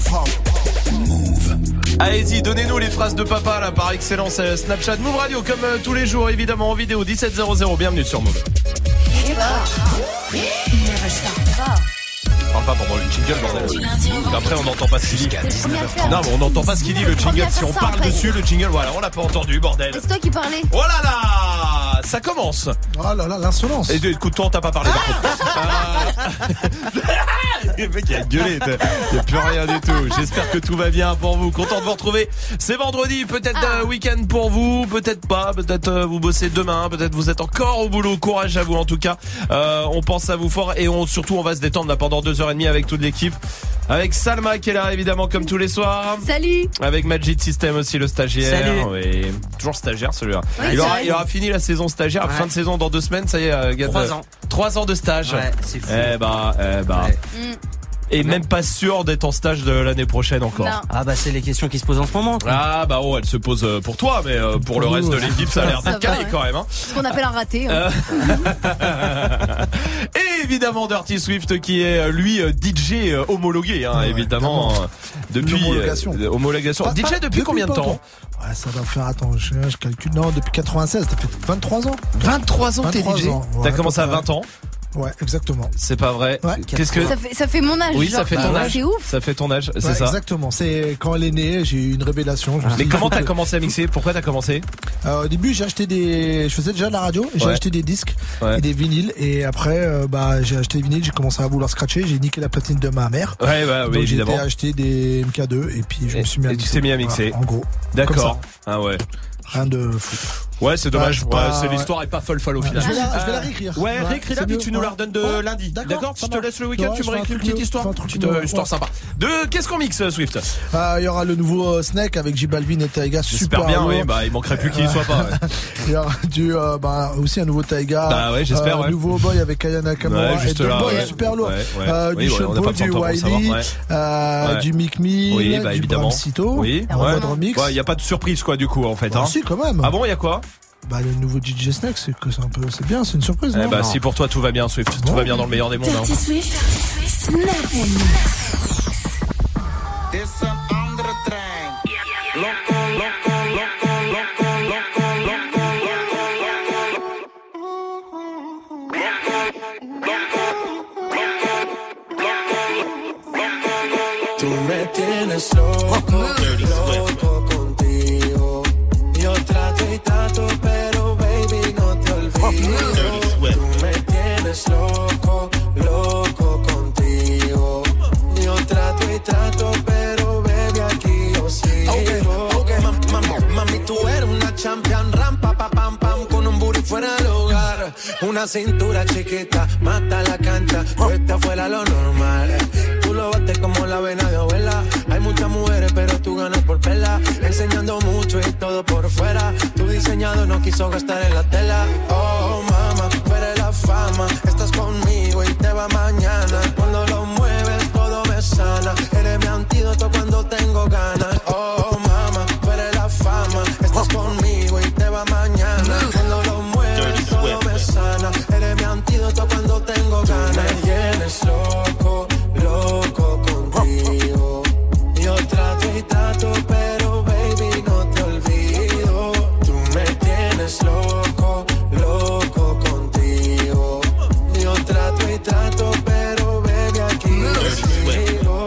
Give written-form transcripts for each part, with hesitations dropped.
Allez-y, donnez-nous les phrases de papa là par excellence. Snapchat Move Radio comme tous les jours, évidemment en vidéo 1700. Bienvenue sur Move. Parle pas pendant le jingle, bordel. Après on n'entend pas ce qu'il dit. Non mais on n'entend pas ce qu'il dit le jingle. Si on parle dessus le jingle, voilà, on l'a pas entendu, bordel. C'est toi qui parlais. Oh là là, ça commence. Oh là là, l'insolence. Et écoute, toi on t'a pas parlé par contre. Le mec il a gueulé, il n'y a plus rien du tout. J'espère que tout va bien pour vous. Content de vous retrouver. C'est vendredi, peut-être week-end pour vous, peut-être pas, peut-être vous bossez demain, peut-être vous êtes encore au boulot. Courage à vous en tout cas. On pense à vous fort et surtout on va se détendre là pendant 2h30 avec toute l'équipe. Avec Salma qui est là évidemment comme tous les soirs. Salut. Avec Majid System aussi le stagiaire. Salut. Oui, toujours stagiaire celui-là. Oui, il aura fini la saison stagiaire, fin de saison dans 2 semaines, ça y est. 3 ans. 3 ans de stage. Ouais, c'est fou. Ouais. Et même pas sûr d'être en stage de l'année prochaine encore. Non. Ah bah c'est les questions qui se posent en ce moment. Ah bah elle se pose pour toi, mais pour le reste de l'équipe ça a l'air d'être calé quand même. C'est ce qu'on appelle un raté. Et évidemment Dirty Swift qui est lui DJ homologué, évidemment depuis homologation. DJ depuis combien de temps? Ouais, ça doit faire, attends, je calcule, non, depuis 96, ça fait 23 ans. 23 ans t'es DJ? T'as commencé à 20 ans? Ouais, exactement. C'est pas vrai. Ouais. Qu'est-ce que ça fait mon âge. Oui, genre. ça fait ton âge. C'est ouf. Ça fait ton âge, c'est ouais, ça. Exactement. C'est quand elle est née, j'ai eu une révélation. Mais comment t'as commencé à mixer? Pourquoi t'as commencé? Au début, je faisais déjà de la radio. J'ai acheté des disques et des vinyles. Et après, j'ai acheté des vinyles. J'ai commencé à vouloir scratcher. J'ai niqué la platine de ma mère. Ouais, bah oui, donc évidemment. J'ai acheté des MK2 et puis je me suis mis à mixer. Et tu t'es mis à mixer. Voilà, en gros. D'accord. Ah ouais. Rien de fou. Ouais, c'est dommage. C'est l'histoire est pas folle au final. Je vais la réécrire. Ouais, réécris-la puis tu nous la redonnes de lundi. D'accord. Je te laisse le week-end. Tu me réécris une petite histoire. Histoire sympa. Qu'est-ce qu'on mixe, Swift? Il y aura le nouveau Snake avec J Balvin et Taiga. Super bien. Oui, bah il manquerait plus qu'il y soit pas. Il y aura aussi un nouveau Taiga. Bah ouais, j'espère. Un nouveau Boy avec Ayana Nakamura. Juste et là. super lourd. Du Showboy, du Wiley, du Mick Mill, du Bramsito. Oui. En mode remix. Il y a pas de surprise quoi du coup en fait. Si quand même. Ah bon, il y a quoi? Bah le nouveau DJ Snake, c'est bien, c'est une surprise. Eh bah si pour toi tout va bien, Swift, tout va bien dans le meilleur des mondes. Dirty Swift, Snap and It's an andere trein. Loco, loco, loco, loco, loco, loco, loco, loco, loco, loco. Tú me tienes loco, loco contigo. Yo trato y trato, pero baby no te olvido. Tú me tienes loco, loco contigo. Yo trato y trato, pero baby aquí yo sigo. Okay. Mami, tú eres una champion, rampa, pa, pam, pam, con un booty fuera del hogar. Una cintura chiquita, mata la cancha, esta fuera lo normal. Tú lo bates como la vena de abuela. Hay muchas mujeres, pero tú ganas por pela. Enseñando mucho y todo por fuera. Tu diseñado no quiso gastar en la tela. Oh, mama, tú eres la fama. Estás conmigo y te va mañana. Cuando lo mueves, todo me sana. Eres mi antídoto cuando tengo ganas. Oh, mama, tú eres la fama. Estás conmigo y te va mañana. Cuando lo mueves, todo me sana. Eres mi antídoto cuando tengo ganas. Me tienes loco, loco contigo. Yo trato y trato, pero baby no te olvido. Tú me tienes loco, loco contigo. Yo trato y trato, pero baby aquí yo sigo.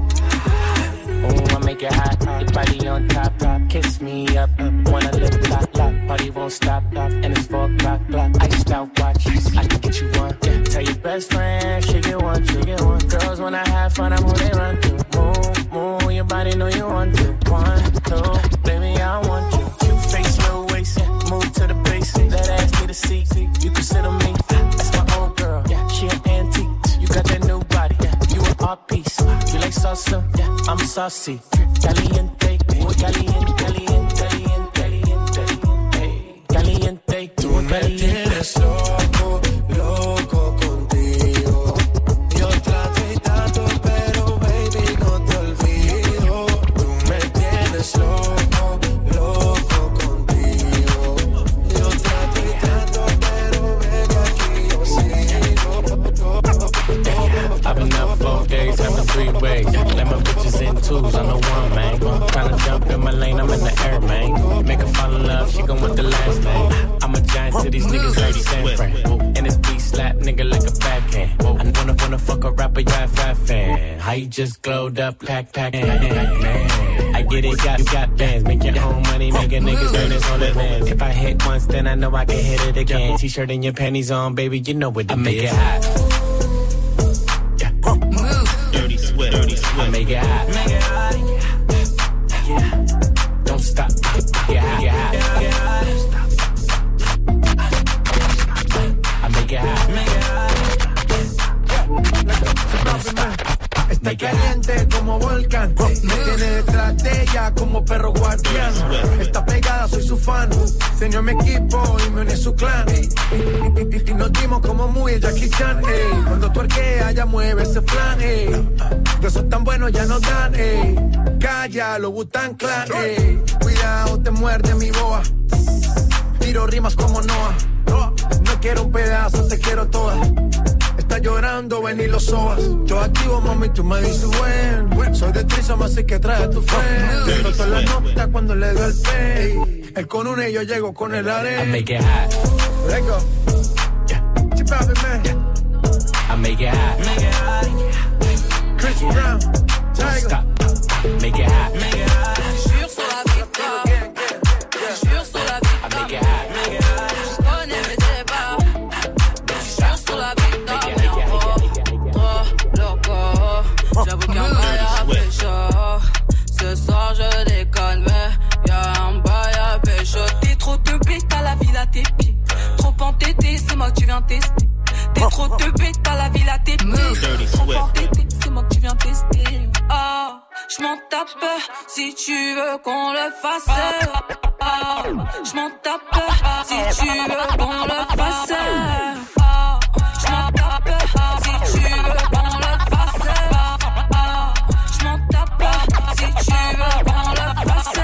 Oh, I make it hot, your body on top, kiss me up, wanna live lock, party won't stop, and it's 4 o'clock, iced out watch, I can get you one, yeah. Tell your best friend, she get one, girls when I have fun, I'm who they run to, move, your body know you want to, 1, 2, baby I want you, cute face, low waist, yeah. Move to the base, that ass need a seat, you can sit on me, that's my old girl, yeah, she an antique, you got that new body, yeah, you an art piece, you like salsa, yeah, I'm saucy, caliente, caliente, caliente, caliente, caliente, tú me tienes loco, loco contigo. Yo trato y trato, pero baby no te olvido. Tú me tienes loco, loco contigo. Yo trato y trato, pero baby aquí yo sigo. I've been up 4 days, having three ways. Let my bitches in twos, I'm the one, man. Tryna jump in my lane, I'm in the air, man. Make her fall in love, she gon' want the last name. I'm a giant to these niggas like San Fran. And this beat slap nigga like a backhand. I wanna fuck a rapper, yeah, fat fan. How you just glowed up, pack, man. I get it, you got bands. Make your own money, make a niggas earn this on advance. If I hit once, then I know I can hit it again. T-shirt and your panties on, baby, you know what it is. I make it hot. Dirty Swift. I make it hot. Yeah. Don't stop. Make it hot. I make it hot. Don't stop. Está caliente como volcán, me tiene detrás de ella como perro guardián. Está pegada, soy su fan, se unió a mi equipo y me une a su clan. Y nos dimos como muy Jackie Chan. Cuando tuerquea ya mueve ese flan. De esos tan buenos ya nos dan. Calla, lo Wu-Tang Clan. Cuidado, te muerde mi boa. Tiro rimas como Noah. No quiero un pedazo, te quiero toda. Está llorando, ven y lo sobas. Yo activo, mami, tú me dices buen. Soy de Trisoma, así que trae a tu friend. Dejo toda la nota cuando le doy el pay. Él con una y yo llego con el arena. I make it hot. Let go. Yeah. Chip out, man. I make it hot. Chris Brown. Tiger. Stop. Make it hot. Jure sur la victoire. Jure sur la victoire. I make it hot. Je connais mes débats. Jure sur la victoire. Trop loco. J'avoue qu'un bail à pécho. Ce soir je déconne, mais y'a un bail à pécho. T'es trop teubé, t'as la ville à tes pieds. Trop entêté, c'est moi que tu viens tester. T'es trop teubé, t'as la ville à tes pieds. Trop entêté, c'est moi que tu viens tester. Oh, j'm'en tape si tu veux qu'on le fasse. Oh, j'm'en tape si tu veux qu'on le fasse. Oh, j'm'en tape si tu veux qu'on le fasse. Oh, j'm'en tape si tu veux qu'on le fasse.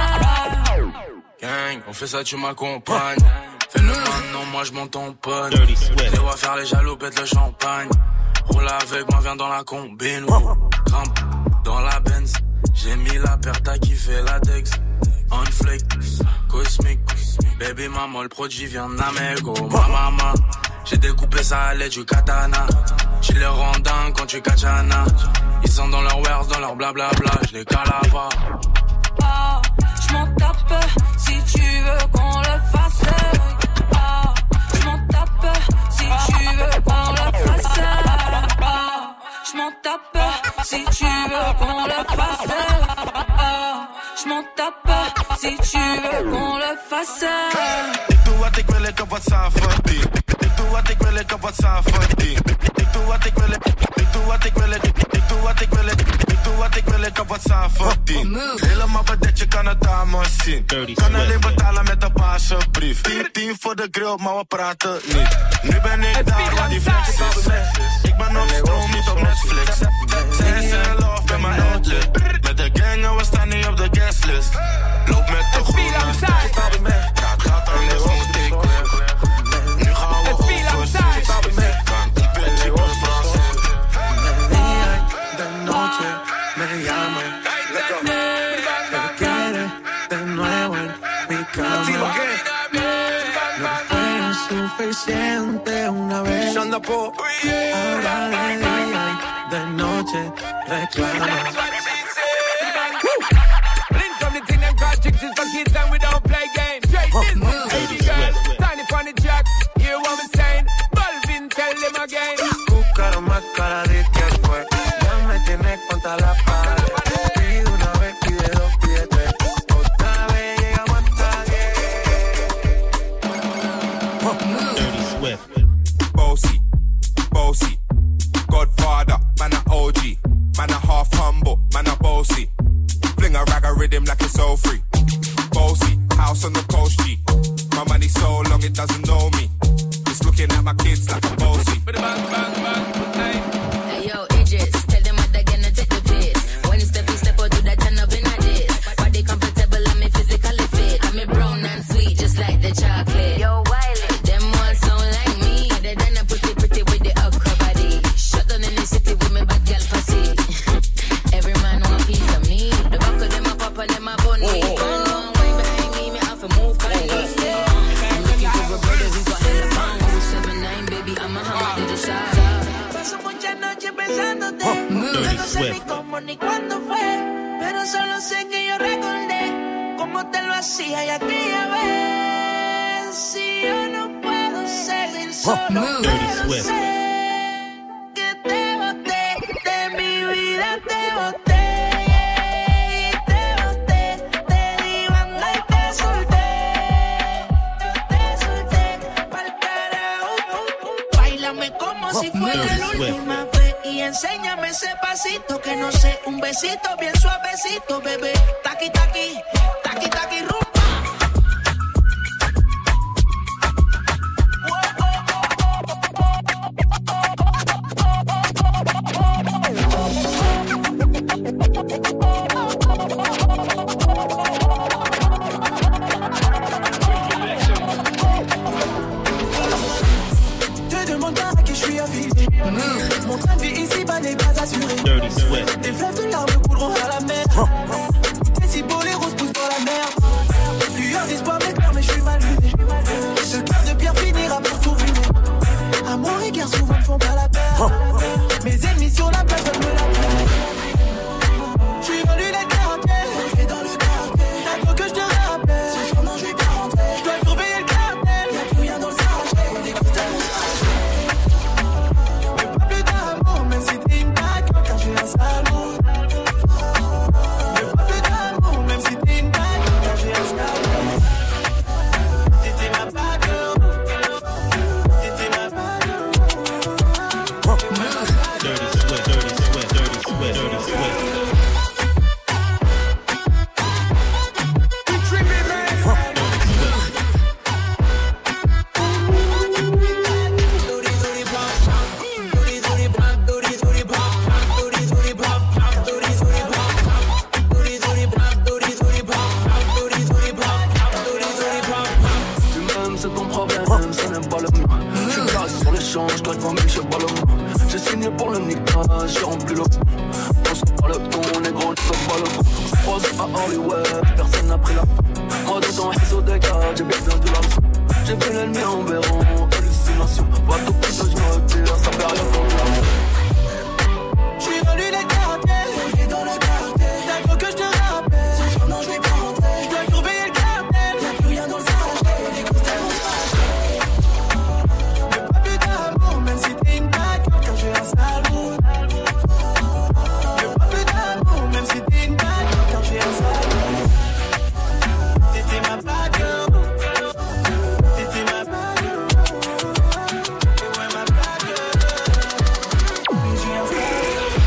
Gang, on fait ça, tu m'accompagnes. Fais-le maintenant, moi j'm'en tamponne. Les vois faire les jaloux, pète le champagne. Roule avec moi, viens dans la combine. Grimpe dans la Benz. J'ai mis la paire, t'as kiffé la Dex. On flake, cosmique. Baby maman, le produit vient d'Amego. Ma maman, j'ai découpé ça à l'aide du katana. J'ai les rondins quand tu kachana. Ils sont dans leur wares, dans leur blablabla. Je les cala pas. Oh, j'm'en tape si tu veux qu'on le fasse. Oh, j'm'en tape si tu veux qu'on le fasse. Oh, j'm'en tape si tu veux qu'on le fasse. Oh, j'm'en tape si tu veux qu'on le fasse. Ik doe wat ik wil, ik heb wat saaf verdiend. Ik doe wat ik wil, ik heb wat saaf verdiend. Ik doe wat ik wil, ik doe wat ik wil, ik doe wat ik wil, ik doe wat ik wil, ik heb wat saaf verdiend. Helemaal bedekt, je kan het dames zien. Kan alleen betalen met een paasjebrief. 10 voor de grill, maar we praten niet. Nu ben ik daar waar die flex is. Ik ben op stroom, niet op Netflix. Zij is in love, ben mijn outlet. Met de gang en we staan niet op de guestlist. Loop met de groene. Gaat anders moet ik weg. Nu gaan we overzien. Kan die bitch, ik was Frans. De noche me llama. Me quiere de nuevo en mi cama. No fue suficiente una vez. Ahora de día y de noche reclama. Chicks is for kids and we don't play games. Straight business, baby girl. Tiny funny jack, hear what I'm saying? Balvin, tell them again. Buscaron más cara de que fue. Ya me tienes contra la pared. Pide una vez, pide dos, pide tres. Otra vez llegamos hasta 10. Dirty Swift. Bossy, Godfather, man a OG, man a half humble, man a bossy. Fling a rag a rhythm like it's all free. Bossy, house on the coast G. My money so long it doesn't know me. It's looking at my kids like a bossy. Hey yo, Idris, tell them what they're gonna take the piss. When it's step out to that turn up in a diss. Body comfortable, I'm physically fit. I'm brown and sweet, just like the chocolate. Yo, Wiley, them ones sound like me. They done a pretty with the okra body. Shut down in the city with me bad girl pussy. no sé ni cómo ni cuándo fue, pero solo sé que yo recordé cómo te lo hacía y aquella vez. Si yo no puedo seguir solo, pero sé que te boté de mi vida, te boté. Como si fuera la última vez y enséñame ese pasito que no sé, un besito bien suavecito, bebé. Taqui, taqui, taqui, taqui, rumba. Mon train de vie ici-bas n'est pas assuré. Des fleuves de larmes couleront à la mer. T'es si beau, les roses poussent dans la merde. Lueur d'espoir m'éclaire mais je suis mal luné. Ce cœur de pierre finira pour tout ruiner. Amour et guerre souvent ne font pas la paire. Mes ennemis sur la plage veulent me la plaire. Je suis venu les quartiers, je vais dans le quartier. T'as que je te rappelle, ce soir non je vais pas rentrer. Je dois surveiller le cartel, y'a plus rien dans le sachet. Des coups à mon sachet. Même si t'es une bague, car j'ai un salaud. Mais pas plus d'amour, même si t'es une bague, car j'ai un salaud. T'étais ma bague, t'étais ma bague. Dirty Swift, Dirty Swift, Dirty Swift, Dirty Swift. Je dois devant mes chevaux le j'ai signé pour le niquage, j'ai rempli le on se parle le ton, on est gros, on se parle le on se croise à Hollywood, personne n'a pris la moi dans ton réseau de gars, j'ai bien de la leçon. J'ai vu l'ennemi en béron, hallucination. Pas tout plus que je me retire, ça fait rien pour moi. J'suis venu les quartiers, je vais dans le quartier. T'as cru que je te rappelle, ce soir non je vais pas rentrer. J'dois surveiller le cartel, y'a plus rien dans le sachet. Des coups tellement sachés. Mais pas plus d'amour, même si t'es une bague, car j'ai un salaud. Mais pas plus d'amour, même si t'es une bague, car j'ai un salaud. T'étais ma bague, t'étais ma bague, et ouais ma bague, mais j'ai un frère.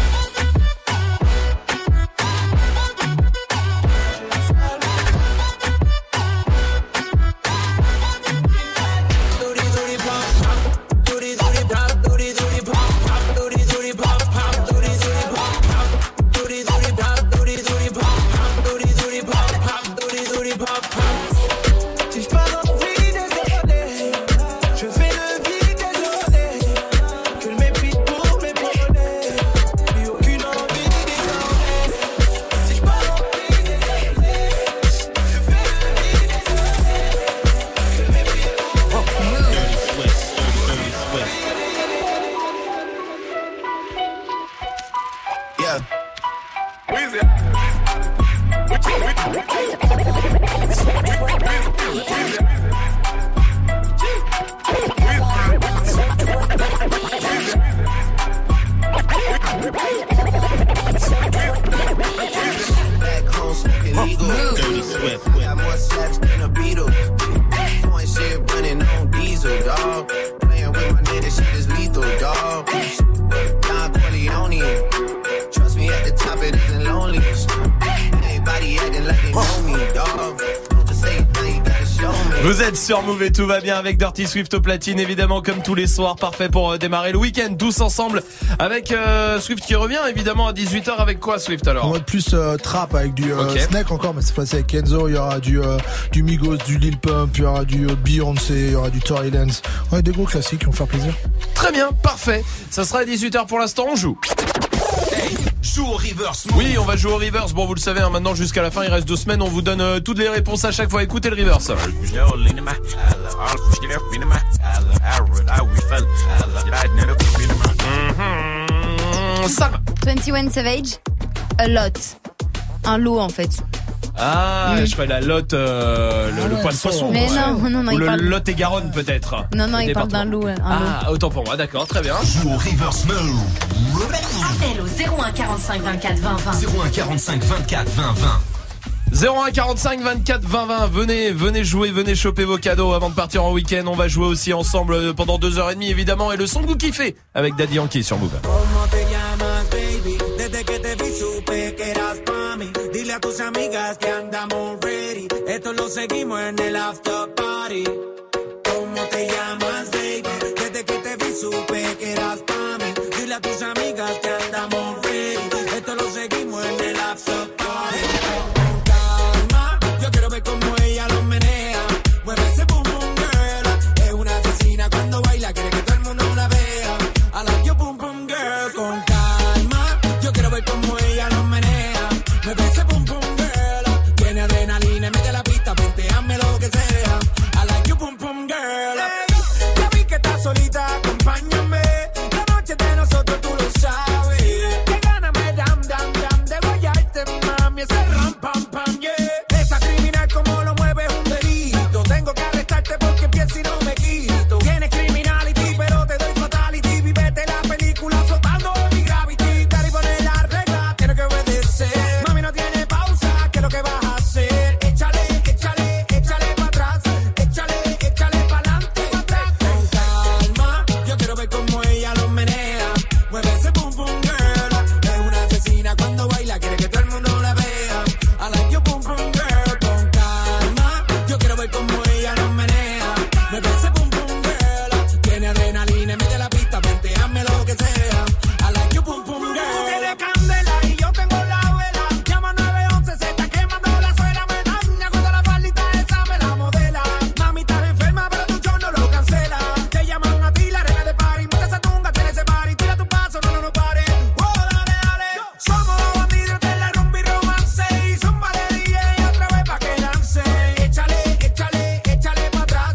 Si je pars en vie, désolé, je fais le vide, désolé, que le mépris pour mes problèmes, plus aucune envie désormais. Si je pars en vie, désolé, je fais le vide, désolé, que le mépris pour mes problèmes. Yeah. Back home smoking legal. Dirty Swift. Got more slaps than a Beatle. Foreign shit running on diesel, dog. Playing with my nigga, shit is lethal, dog. Don Corleone. Trust me, at the top it isn't lonely. Everybody acting like they know me, dog. Don't just say it, now you gotta show me. Vous êtes sur Move et tout va bien avec Dirty Swift au platine, évidemment, comme tous les soirs, parfait pour démarrer le week-end tous ensemble avec Swift qui revient évidemment à 18h. Avec quoi Swift alors? On va être plus trap avec du Snake encore, mais cette fois-ci avec Kenzo. Il y aura du Migos, du Lil Pump, il y aura du Beyoncé, il y aura du Tory Lanez. Ouais, des gros classiques qui vont faire plaisir. Très bien, parfait. Ça sera à 18h pour l'instant, on joue. Joue au reverse. Oui, on va jouer au reverse. Bon, vous le savez, hein, maintenant jusqu'à la fin, il reste 2 semaines. On vous donne toutes les réponses à chaque fois. Écoutez le reverse. Sam. 21 Savage, a lot. Un lot en fait. Ah, je crois la Lot, le poisson. Mais non, ou il le parle... Lot et Garonne peut-être. Non, il parle d'un loup. Autant pour moi, d'accord, très bien. Joue au Reverse Mode. Appel au 01 45 24 20 20. 01 45 24 20 20. 01 45 24 20 20. Venez jouer, venez choper vos cadeaux avant de partir en week-end. On va jouer aussi ensemble pendant 2h30 évidemment. Et le son que vous kiffez avec Daddy Yankee sur Move. Desde que te vi supe que eras pa' mí. Dile a tus amigas que andamos ready. Esto lo seguimos en el after party. ¿Cómo te llamas, baby? Desde que te vi supe que eras pa' mí. Dile a tus amigas que andamos ready. Esto lo seguimos en el after party. Con calma, yo quiero ver cómo ella lo menea. Mueve ese boom boom girl. Es una asesina cuando baila, quiere que todo el mundo la vea. I like your boom boom girl. Con calma, yo quiero ver cómo ella lo menea. Mueve ese boom boom girl. Tiene adrenalina, mete la pista, penteame lo que sea. I like your boom boom girl. Hey, ya vi que estás solita, acompáñame. La noche de nosotros tú lo sabes. Que gana me dam de guayarte, mami. Ese ram pam pam, yeah. Esa criminal como lo mueve es un delito. Tengo que arrestarte porque empiezo y no me quito. Tienes criminality, pero te doy fatality. Vivete la película flotando en mi gravity. Dale y poner la regla, tiene que obedecer. Mami no tiene pausa, ¿qué es lo que vas a hacer? Échale pa' atrás. Échale pa' adelante. Con calma, yo quiero ver cómo ella lo menea. Mueve ese boom boom girl. Es una asesina cuando baila, quiere que todo el mundo la vea. I like your boom boom girl. Con calma, yo quiero ver cómo ella lo menea. Mueve ese boom boom girl. Tiene adrenalina, mete la pista, penteame lo que sea. I like your boom boom girl. Tú tienes candela y yo tengo la vela. Llama 911, se está quemando la suela. Me daña cuando la faldita esa me la modela. Mami, estás enferma, pero tu show no lo cancela. Te llaman a ti la reina de party. Mucha esa tunga, tienes ese party. Tira tu paso, no pare. Oh, dale. Somos los bandidos de la rumba y romance. Y zumba de DJ otra vez pa' que lance. Échale pa' atrás.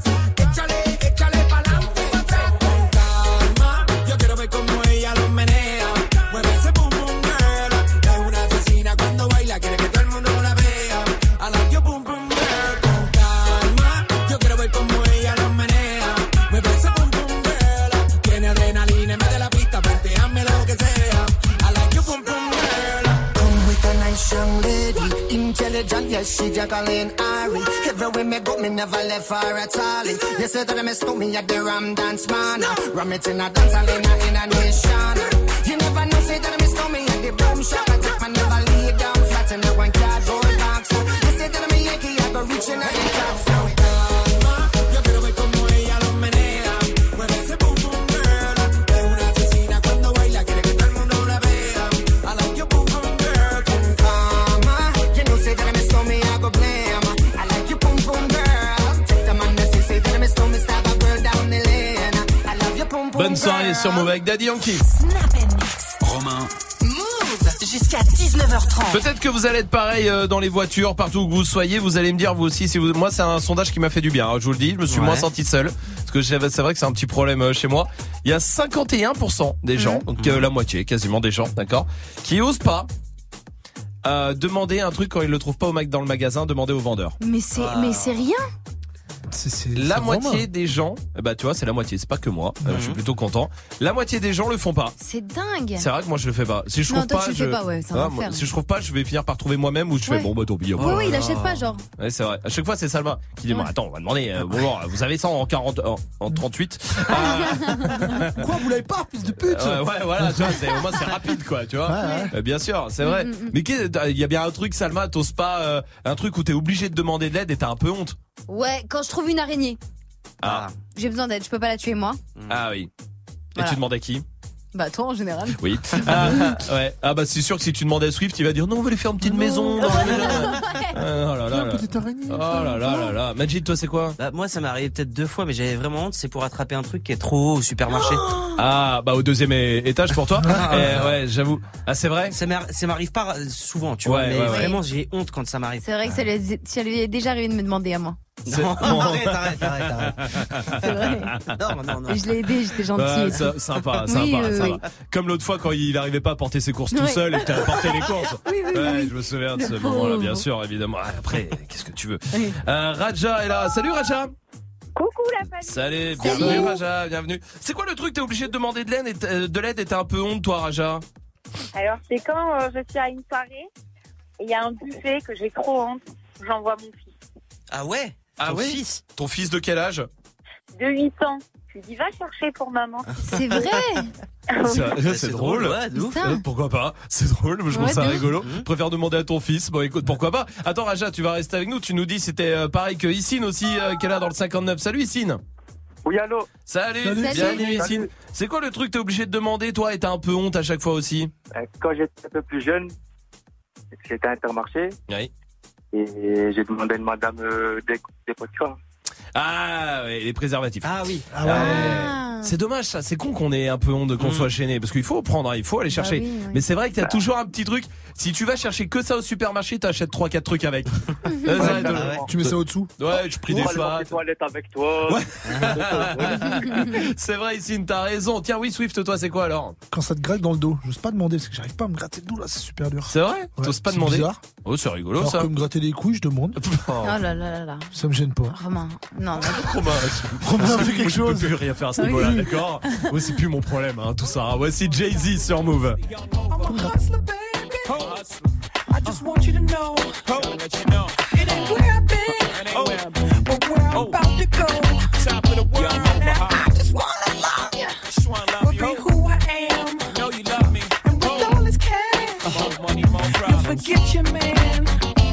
Échale pa' adelante. Con calma, yo quiero ver cómo ella lo menea. Mueve ese boom boom girl. Es una asesina cuando baila, quiere que todo el mundo la vea. I like your boom boom girl. Con calma, yo quiero ver cómo ella lo menea. Mueve ese boom boom girl. Tiene adrenalina, mete la pista, penteame lo que sea. I like your boom boom girl. Come with a nice young lady, intelligent, yes, she Jacqueline Ari. Everywhere me go, me never left her at all. You say that me stole me at the Ram Dance Man. Ram it in a dance hall in a nation. You never know, say that me stole me at the Boom Shop. I take my never lay down flat in a one cardboard box. You say that me Yankee, I go reaching at the top. So Calma, yo quiero ver cómo ella lo menea. Mueve ese boom boom girl. Es una asesina cuando baila, quiere que todo el mundo la vea. I like your boom boom girl. Con calma, you know, say that me stole me, I go blame. I like you, boom boom girl. Take the man that say that me stole me, stab a girl down the lane. I love you, boom boom girl. Bonne soirée sur Move avec Daddy Yankee. Snap and mix. Romain. Move jusqu'à 19h30. Peut-être que vous allez être pareil dans les voitures, partout où vous soyez. Vous allez me dire vous aussi. Moi, c'est un sondage qui m'a fait du bien. Je vous le dis, je me suis moins senti seul parce que c'est vrai que c'est un petit problème chez moi. Il y a 51% des gens, donc la moitié, quasiment des gens, d'accord, qui osent pas demander un truc quand ils le trouvent pas dans le magasin, demander au vendeur. Mais c'est rien. La moitié des gens, bah tu vois, c'est la moitié, c'est pas que moi. Je suis plutôt content. La moitié des gens le font pas. C'est dingue. C'est vrai que moi je le fais pas. Si je trouve pas, si je trouve pas, je vais finir par trouver moi-même ou je fais bon bah tant pis. Oui, il achète pas genre. Ouais, c'est vrai. À chaque fois c'est Salma qui dit attends, on va demander bonjour, vous avez ça en 40 en 38. Quoi, vous l'avez pas, fils de pute? Ouais, voilà, tu vois, au moins c'est rapide quoi, tu vois. Bien sûr, c'est vrai. Mais il y a bien un truc, Salma, t'oses pas un truc où t'es obligé de demander de l'aide et t'as un peu honte. Ouais, quand je trouve une araignée. J'ai besoin d'aide, je peux pas la tuer moi. Ah oui. Voilà. Et tu demandes à qui? Bah toi en général. Oui. Ouais. Ah bah c'est sûr que si tu demandes à Swift, il va dire non, on va lui faire une petite maison. Oh là là. Petite araignée. Oh là là. Majid, toi c'est quoi? Bah moi ça m'est arrivé peut-être 2 fois, mais j'avais vraiment honte. C'est pour attraper un truc qui est trop haut au supermarché. Ah bah au 2e étage pour toi. Ouais, j'avoue. Ah c'est vrai. Ça m'arrive pas souvent, tu vois. Mais vraiment j'ai honte quand ça m'arrive. C'est vrai que ça lui est déjà arrivé de me demander à moi. Non, arrête. C'est vrai. Non. Et je l'ai aidé, j'étais gentille. Sympa. Oui. Comme l'autre fois quand il n'arrivait pas à porter ses courses tout seul et que tu as porté les courses. Oui. Je me souviens de ce moment-là, bien sûr, évidemment. Après, qu'est-ce que tu veux. Raja est là. Salut Raja. Coucou la famille. Salut, bienvenue Raja, bienvenue. C'est quoi le truc, t'es obligé de demander de l'aide et t'as un peu honte toi Raja? Alors c'est quand je suis à une soirée et il y a un buffet que j'ai trop honte, j'envoie mon fils. Ah ouais? Fils. Ton fils de quel âge? De 8 ans. Je lui dis va chercher pour maman. C'est vrai. C'est drôle. Ouais, pourquoi pas? C'est drôle, je trouve ça rigolo. Je préfère demander à ton fils. Bon écoute, pourquoi pas? Attends Raja, tu vas rester avec nous. Tu nous dis c'était pareil que Issine aussi qui est là dans le 59. Salut Issine. Oui, allô. Salut. Bienvenue Issine. C'est quoi le truc que t'es obligé de demander toi et t'as un peu honte à chaque fois aussi? Quand j'étais un peu plus jeune, j'étais à Intermarché. Oui. Et j'ai demandé à une madame des potions. Ah ouais, les préservatifs. Ah oui. C'est dommage ça, c'est con qu'on ait un peu honte qu'on soit gêné parce qu'il faut prendre, il faut aller chercher. Oui. Mais c'est vrai qu'il y a toujours un petit truc. Si tu vas chercher que ça au supermarché, t'achètes 3-4 trucs avec. Tu mets ça au-dessous. Ouais, je prie des fois. Les toilettes avec toi. Ouais. C'est vrai, Issine, t'as raison. Tiens, oui, Swift, toi, c'est quoi alors? Quand ça te gratte dans le dos, j'ose pas demander parce que j'arrive pas à me gratter le dos là, c'est super dur. C'est vrai? T'oses pas demander? Bizarre. Oh, c'est rigolo. Alors ça. que me gratter les couilles, je demande. Oh là là. Ça me gêne pas. Romain. Non. Romain fait quelque chose. Je peux plus rien faire à ce niveau-là, d'accord? Ouais, c'est plus mon problème, tout ça. Voici Jay-Z sur Move. I just want you to know, it ain't where I've been, but where I'm about to go. Top of the world, Now I just wanna love you, but be who I am. Know you love me. And with all this cash, More money, more you problems. forget your man.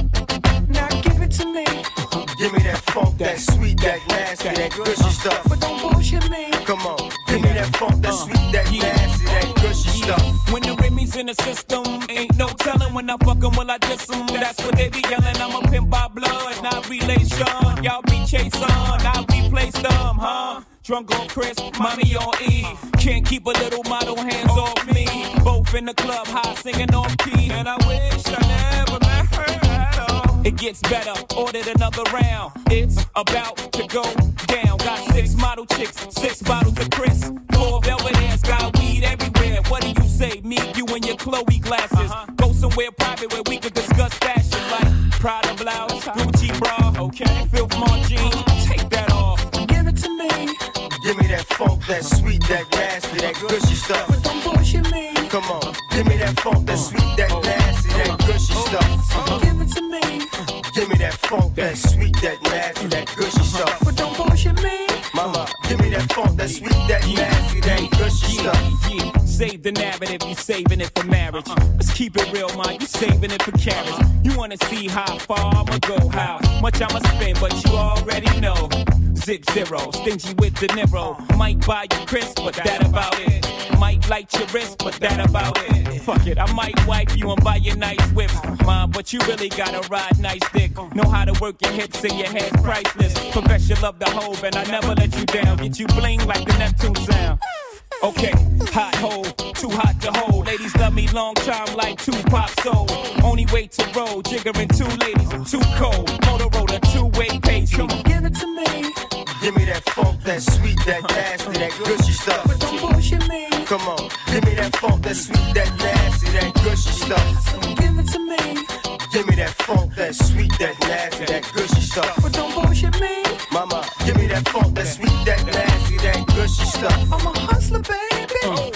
Now give it to me. Give me that funk, that sweet, that nasty, that gushy stuff. But don't bullshit me. Come on, give me that funk, that sweet, that nasty, that gushy stuff. When the Remy's in the system, ain't no telling when I fuck 'em, will I diss 'em? That's what they be yelling. I'm a pimp by blood, not relation. Y'all be chasing, I replace them, huh? Drunk on Chris, mommy on E. Can't keep a little model hands off me. Both in the club, high singing off key. And I wish I never met her at all. It gets better, ordered another round. It's about to go down. Got 6 model chicks, 6 bottles of Chris. 4 velvet ass, got weed everywhere. What do you say? Me, you, and your Chloe glasses. Go somewhere private where we could discuss fashion like Prada blouse, Gucci bra, okay? Filth Mart jeans, take that off. Give it to me. Give me that funk, that sweet, that nasty, that gushy stuff. But don't bullshit me. Come on, give me that funk, that sweet, that nasty, that gushy stuff. Give it to me. Give me that funk, that sweet, that nasty, that gushy stuff. But don't bullshit me. Mama, give me that funk, that sweet, that nasty, that gushy stuff. Save the narrative, you saving it for marriage. Let's keep it real, man, you saving it for carriage. You wanna see how far I'ma go, how much I'ma spend, but you already know. Zip zero, stingy with the Niro. Might buy you Chris, but that about it. Might light your wrist, but that about it. Fuck it, I might wipe you and buy you nice whips. Mom, but you really gotta ride nice dick. Know how to work your hips and your head's priceless. Profess your love the Hove and I never let you down. Get you bling like the Neptune sound. Okay, hot hole, too hot to hold. Ladies love me long time like Tupac soul. Only way to roll, jiggering 2 ladies, too cold. Motorola, 2-way page. Come on, give it to me. Give me that funk, that sweet, that nasty, that gushy stuff. But don't bullshit me. Come on, give me that funk, that sweet, that nasty, that gushy stuff. Give it to me. Give me that funk, that sweet, that nasty, that gushy stuff. But don't bullshit me. Mama, give me that funk, that sweet, that nasty, that gushy stuff. I'm a hustler, baby.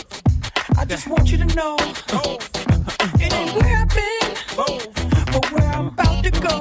I just want you to know, it ain't where I've been, but where I'm about to go.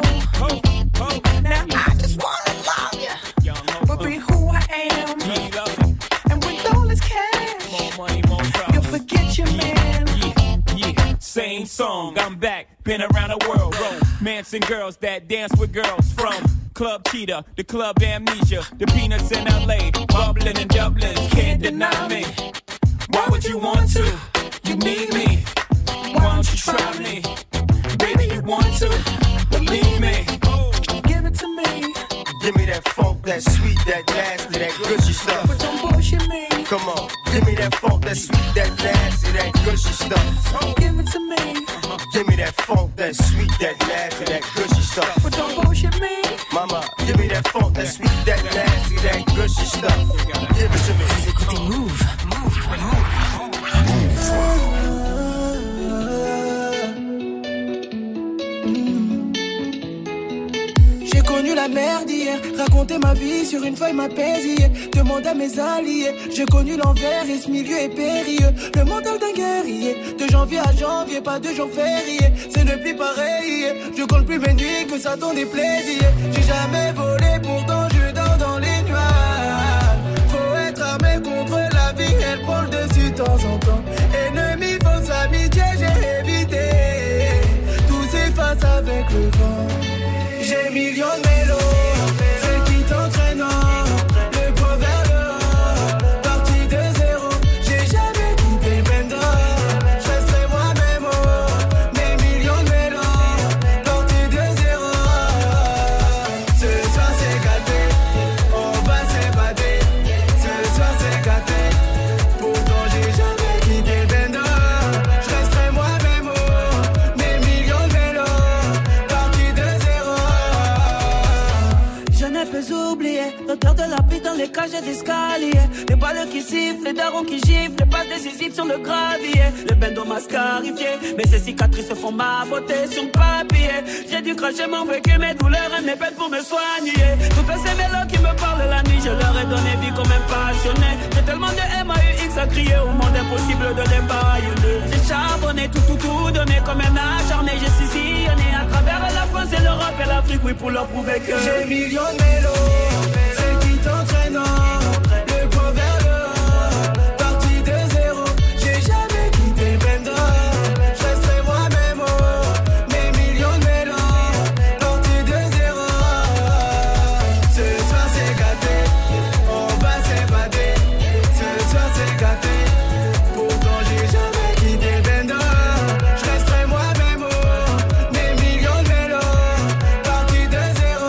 Now I just wanna love you, but be who I am. And with all this cash, you'll forget your man. Same song, I'm back, been around the world, romance and girls that dance with girls from Club Cheetah, the Club Amnesia, the Peanuts in LA, bubbling in Dublin, can't deny me. Why would you want to? You need me. Why don't you try me? Baby, you want to? Believe me. Give it to me. Give me that funk, that sweet, that nasty, that gushy stuff. But don't bullshit me. Come on, give me that funk, that sweet, that nasty, that gushy stuff. Give it to me. Give me that funk, that sweet, that nasty, that gushy stuff. But don't bullshit me. Mama, give me that funk, la merde hier. Raconter ma vie sur une feuille m'apaisier. Demande à mes alliés. J'ai connu l'envers et ce milieu est périlleux. Le mental d'un guerrier. De janvier à janvier, pas de jour férié. C'est ne plus pareil. Je compte plus mes nuits que ça t'en déplaisir. J'ai jamais volé, pourtant je dors dans les nuages. Faut être armé contre la vie, elle prend le dessus de temps en temps. Ennemi, fausse amitié, j'ai évité. Tout s'efface avec le vent. J'ai millions de mélos, celle qui t'entraîne, le poids vers le haut, parti de zéro. J'ai jamais quitté le bendo, je resterai moi-même. Mes millions de mélos, parti de zéro. Ce soir c'est gâté, on va s'évader. Ce soir c'est gâté, pourtant j'ai jamais quitté le bendo, je resterai moi-même. Mes millions de mélos, parti de zéro. Je ne peux oublier l'odeur de la pluie dans les cages d'escalier. Les balles qui sifflent, les darons qui giflent, les passes décisives sur le gravier. Le bendo m'a scarifié, mais ces cicatrices font ma beauté sur le papier. J'ai dû cracher mon vécu, mes douleurs et mes peines pour me soigner. Toutes ces mélos qui me parlent la nuit, je leur ai donné vie comme un passionné. J'ai tellement de MAUX à crier au monde, impossible de les baïonner. J'ai charbonné, tout donné comme un acharné. J'ai sillonné à travers la France et l'Europe et l'Afrique, oui, pour leur prouver que j'ai millions de mélos, celle qui t'entraîne, le poids vers le haut, parti de zéro. J'ai jamais quitté le bendo, je resterai moi-même. Mes millions de mélos, parti de zéro. Ce soir c'est gâté, on va s'évader. Ce soir c'est gâté, pourtant j'ai jamais quitté le bendo, je resterai moi-même. Mes millions de mélos, parti de zéro.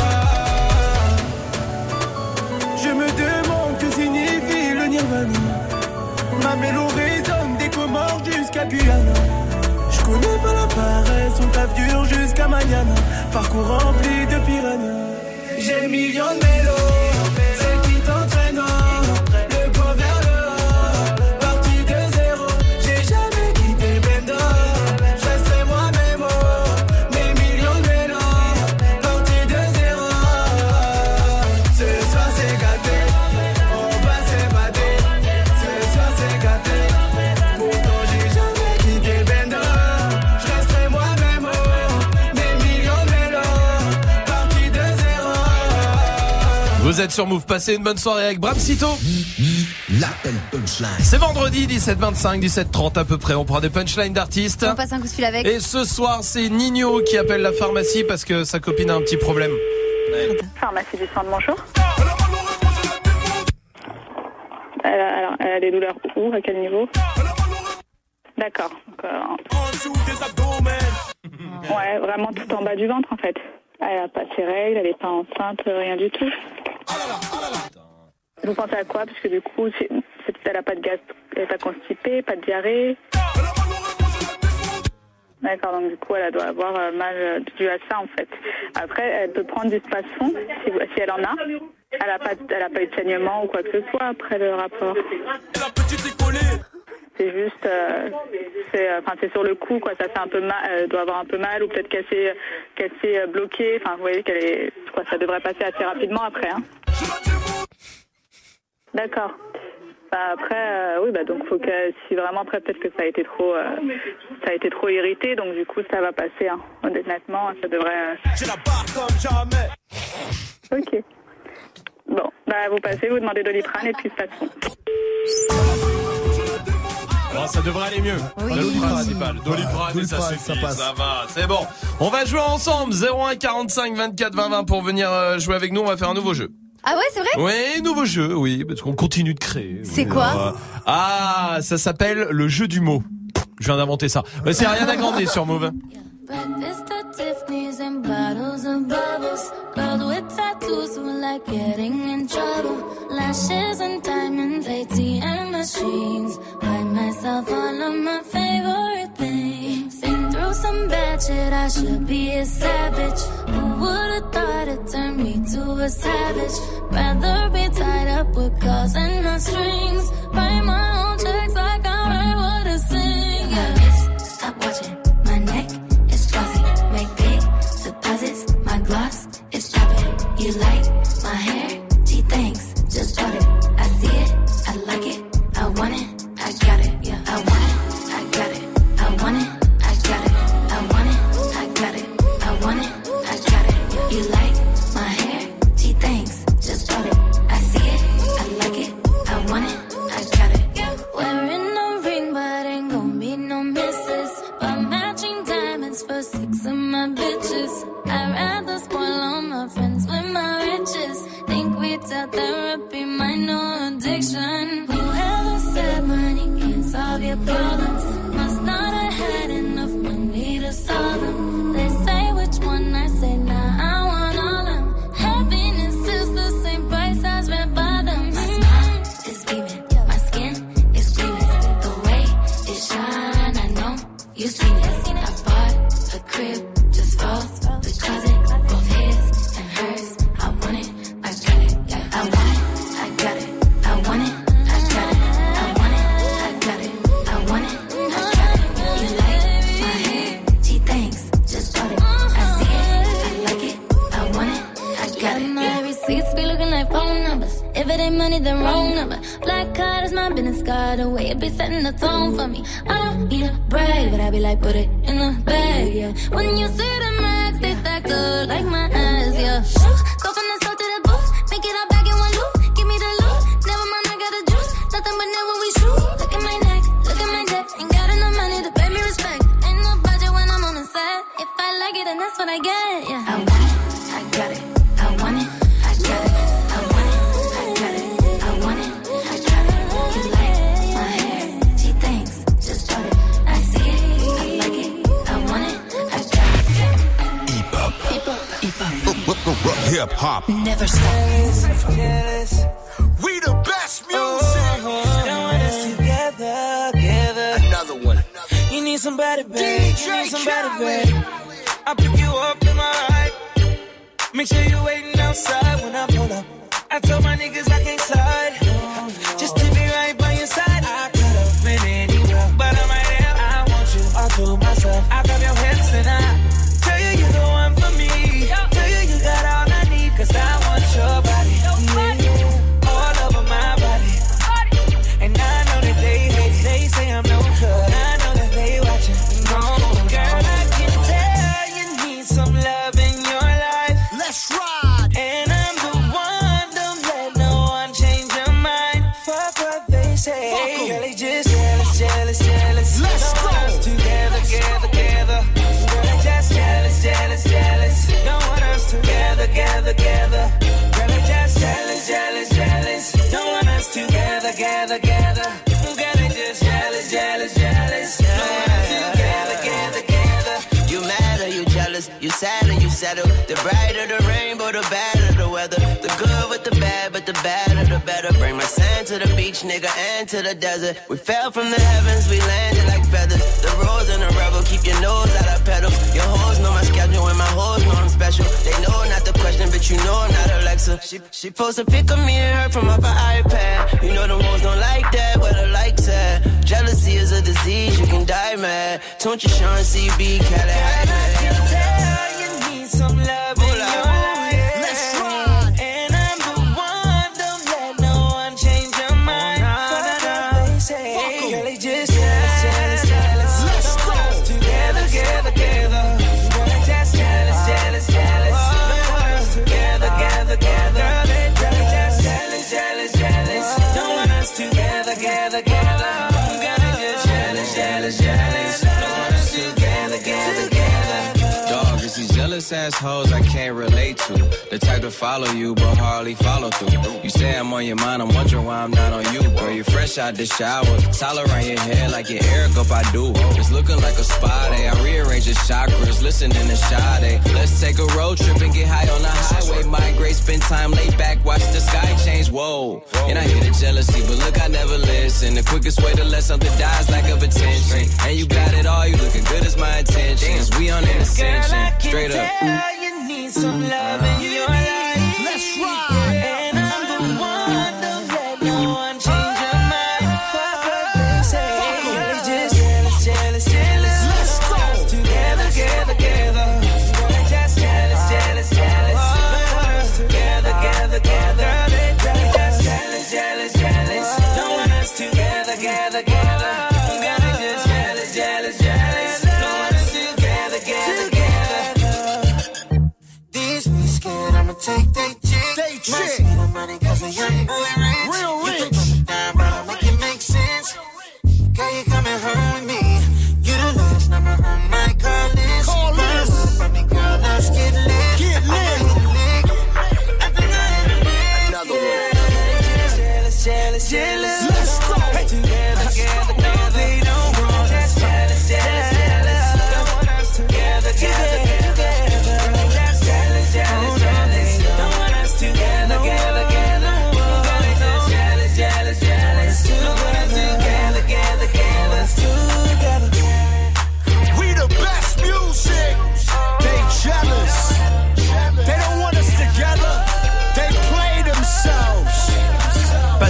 Je me demande que signifie le nirvana. Ma mélo résonne des Comores jusqu'à Guyana. Je connais pas la paresse, on taffe dur jusqu'à Mañana. Parcours rempli de piranhas. J'ai millions de mélos, celle qui t'entraîne, le poids vers le haut, parti de zéro. J'ai jamais quitté le bendo, je resterai moi-même. Mes millions de mélos, parti de zéro. Ce soir c'est gâté, on va s'évader. Ce soir c'est gâté, pourtant j'ai jamais quitté le bendo, je resterai moi-même. Mes millions de mélos, parti de zéro. Vous êtes sur Move, passez une bonne soirée avec Bramsito. L'appel punchline. C'est vendredi 17h25, 17h30 à peu près. On prend des punchlines d'artistes. On passe un coup de fil avec. Et ce soir, c'est Nino qui appelle la pharmacie parce que sa copine a un petit problème. Ouais. Pharmacie du centre, bonjour. Alors, elle a des douleurs où? À quel niveau? D'accord. Ouais, vraiment tout en bas du ventre en fait. Elle n'a pas ses règles, elle n'est pas enceinte, rien du tout. Vous pensez à quoi? Parce que du coup, elle n'a pas de gaz, elle n'est pas constipée, pas de diarrhée. D'accord, donc du coup, elle doit avoir mal dû à ça en fait. Après, elle peut prendre du Spasfon si elle en a. Elle n'a pas eu de saignement ou quoi que ce soit après le rapport. C'est juste, c'est sur le coup, quoi. Ça fait un peu mal, elle doit avoir un peu mal ou peut-être qu'elle s'est bloquée. Enfin, vous voyez qu'elle est, quoi, ça devrait passer assez rapidement après. Hein. D'accord. Bah après, oui, bah donc faut que, si vraiment après peut-être que ça a été trop irrité, donc du coup ça va passer. Hein. Honnêtement, ça devrait. J'ai la barre comme jamais. Ok. Bon, bah vous passez, vous demandez Doliprane et puis Spasfon. Bon, ça devrait aller mieux. Oui. Doliprane, ça suffit, ça passe. Ça va, c'est bon. On va jouer ensemble. 01 45 24 20 20 pour venir jouer avec nous. On va faire un nouveau jeu. Ah ouais, c'est vrai? Oui, nouveau jeu, oui, parce qu'on continue de créer. C'est quoi? Ça s'appelle le jeu du mot. Je viens d'inventer ça. Mais c'est rien d'agrandir sur Move. Breakfast at Tiffany's and bottles of bubbles. Girls with tattoos who like getting in trouble. Lashes and diamonds, ATM machines. Buy myself all of my favorite things. Been through some bad shit, I should be a savage. Who would've thought it turned me to a savage? Rather be tied up with calls and no strings. Write my own checks like I write what I sing. Yeah. Stop watching my neck. Make big deposits, my gloss is dropping. points for 6 of my bitches. I'd rather spoil all my friends with my riches. Think without therapy, my no addiction. Whoever said money can't solve your problems must not have had enough money to solve them. They say which one, I say nah, I want all of them. Happiness is the same price as red bottoms. My smile is beaming, my skin is gleaming. The way it shine, I know you seen it. I bought a crib just for the closet, both his and hers. I want it, I got it. I want it, I got it. I want it, I got it. I want it, I got it. I want it, I got it. You like my hair? Gee, thanks, just bought it. I see it, I like it. I want it, I got it. My receipts be looking like phone numbers. If it ain't money, then wrong number. Black card is my business card. The way it be setting the tone for me. I don't need a brag, but I be like, put it in the bag, yeah. When you see the max, they stack up like my ass, yeah. Go from the south to the booth, make it all back in one loop. Give me the loot, never mind, I got the juice. Nothing but never we shoot. Look at my neck, look at my neck. Ain't got enough money to pay me respect. Ain't no budget when I'm on the set. If I like it, then that's what I get, yeah. I want it, I got it. I want it, I got it. I want it, I got it. I want it, I got it. You like my hair? Gee, thanks, just bought it. I see it, I like it. I want it, I got it. Hip hop. Never stop. We the best music. Don't want us together. Another one. You need somebody, babe. You need somebody, babe. I'll pick you up in my ride. Make sure you're waiting outside when I pull up. I told my niggas I can't slide. Just to be right by your side. I could have been anywhere, but I'm right here. I want you all to myself. I grab your hips and I tell you you're the one for me. Tell you you got all I need, cause I want your body. Yeah, all over my body. And I know that they hate it. They say I'm no good. I know that they watching. No, girl, I can tell you need some love in your life. Let's ride. And I'm the one, don't let no one change your mind. Fuck what they say. Girl, they just jealous. Let's go. Together. Girl, they just jealous. Don't want us together. Girl, they just jealous. Don't want us together. Girl, they just jealous. Don't want us together. You mad or you jealous? You sad or you settle? The brighter the rainbow, the better the weather. The good with the bad, but the badder the better. Bring my sand to the beach, nigga, and to the desert. We fell from the heavens, we landed like feathers. The rose and the rebel, keep your nose out of pedals. Your hoes know my schedule and my hoes know I'm special. They know not the question, but you know I'm not Alexa. She posts a pic of me and her from off her iPad. You know them hoes don't like that, where the likes at. Jealousy is a disease, you can die mad. Don't you Sean CB, Cali, I can tell you need some love in your life. Let's ride. And I'm the one, don't let no one change your mind. Fuck what they say. Girl, they just jealous. Let's go. Together. Girl, they just jealous. Don't want us together. Girl, they just jealous. Don't want us together. Girl, they just jealous. Don't want us together. Dog, it's these jealous assholes I can't relate to. The type to follow you, but hardly follow through. You say I'm on your mind, I'm wondering why I'm not on you. Girl, you're fresh out the shower, towel around your head like your Eric up I do. It's looking like a spa day. I rearrange your chakras, listening to Sade. Let's take a road trip and get high on the highway. Migrate, spend time laid back, watch the sky change. Whoa, and I hear the jealousy, but look, I never listen. The quickest way to let something die is lack of attention. And you got it all, you looking good as my intentions. We on an ascension, straight up. Girl, you need some love in your life. Let's ride. And I'm the one, don't let no one change your mind. Fuck what they say. Girl, they just jealous. Let's go. Together. Girl, they just jealous. Don't want us together. Girl, they just jealous. Don't want us together. Girl, they just jealous. Don't want us together. These be scared, I'ma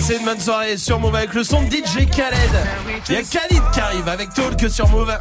Passez une bonne soirée sur Move avec le son de DJ Khaled. Il y a Khalid qui arrive avec Talk sur Move.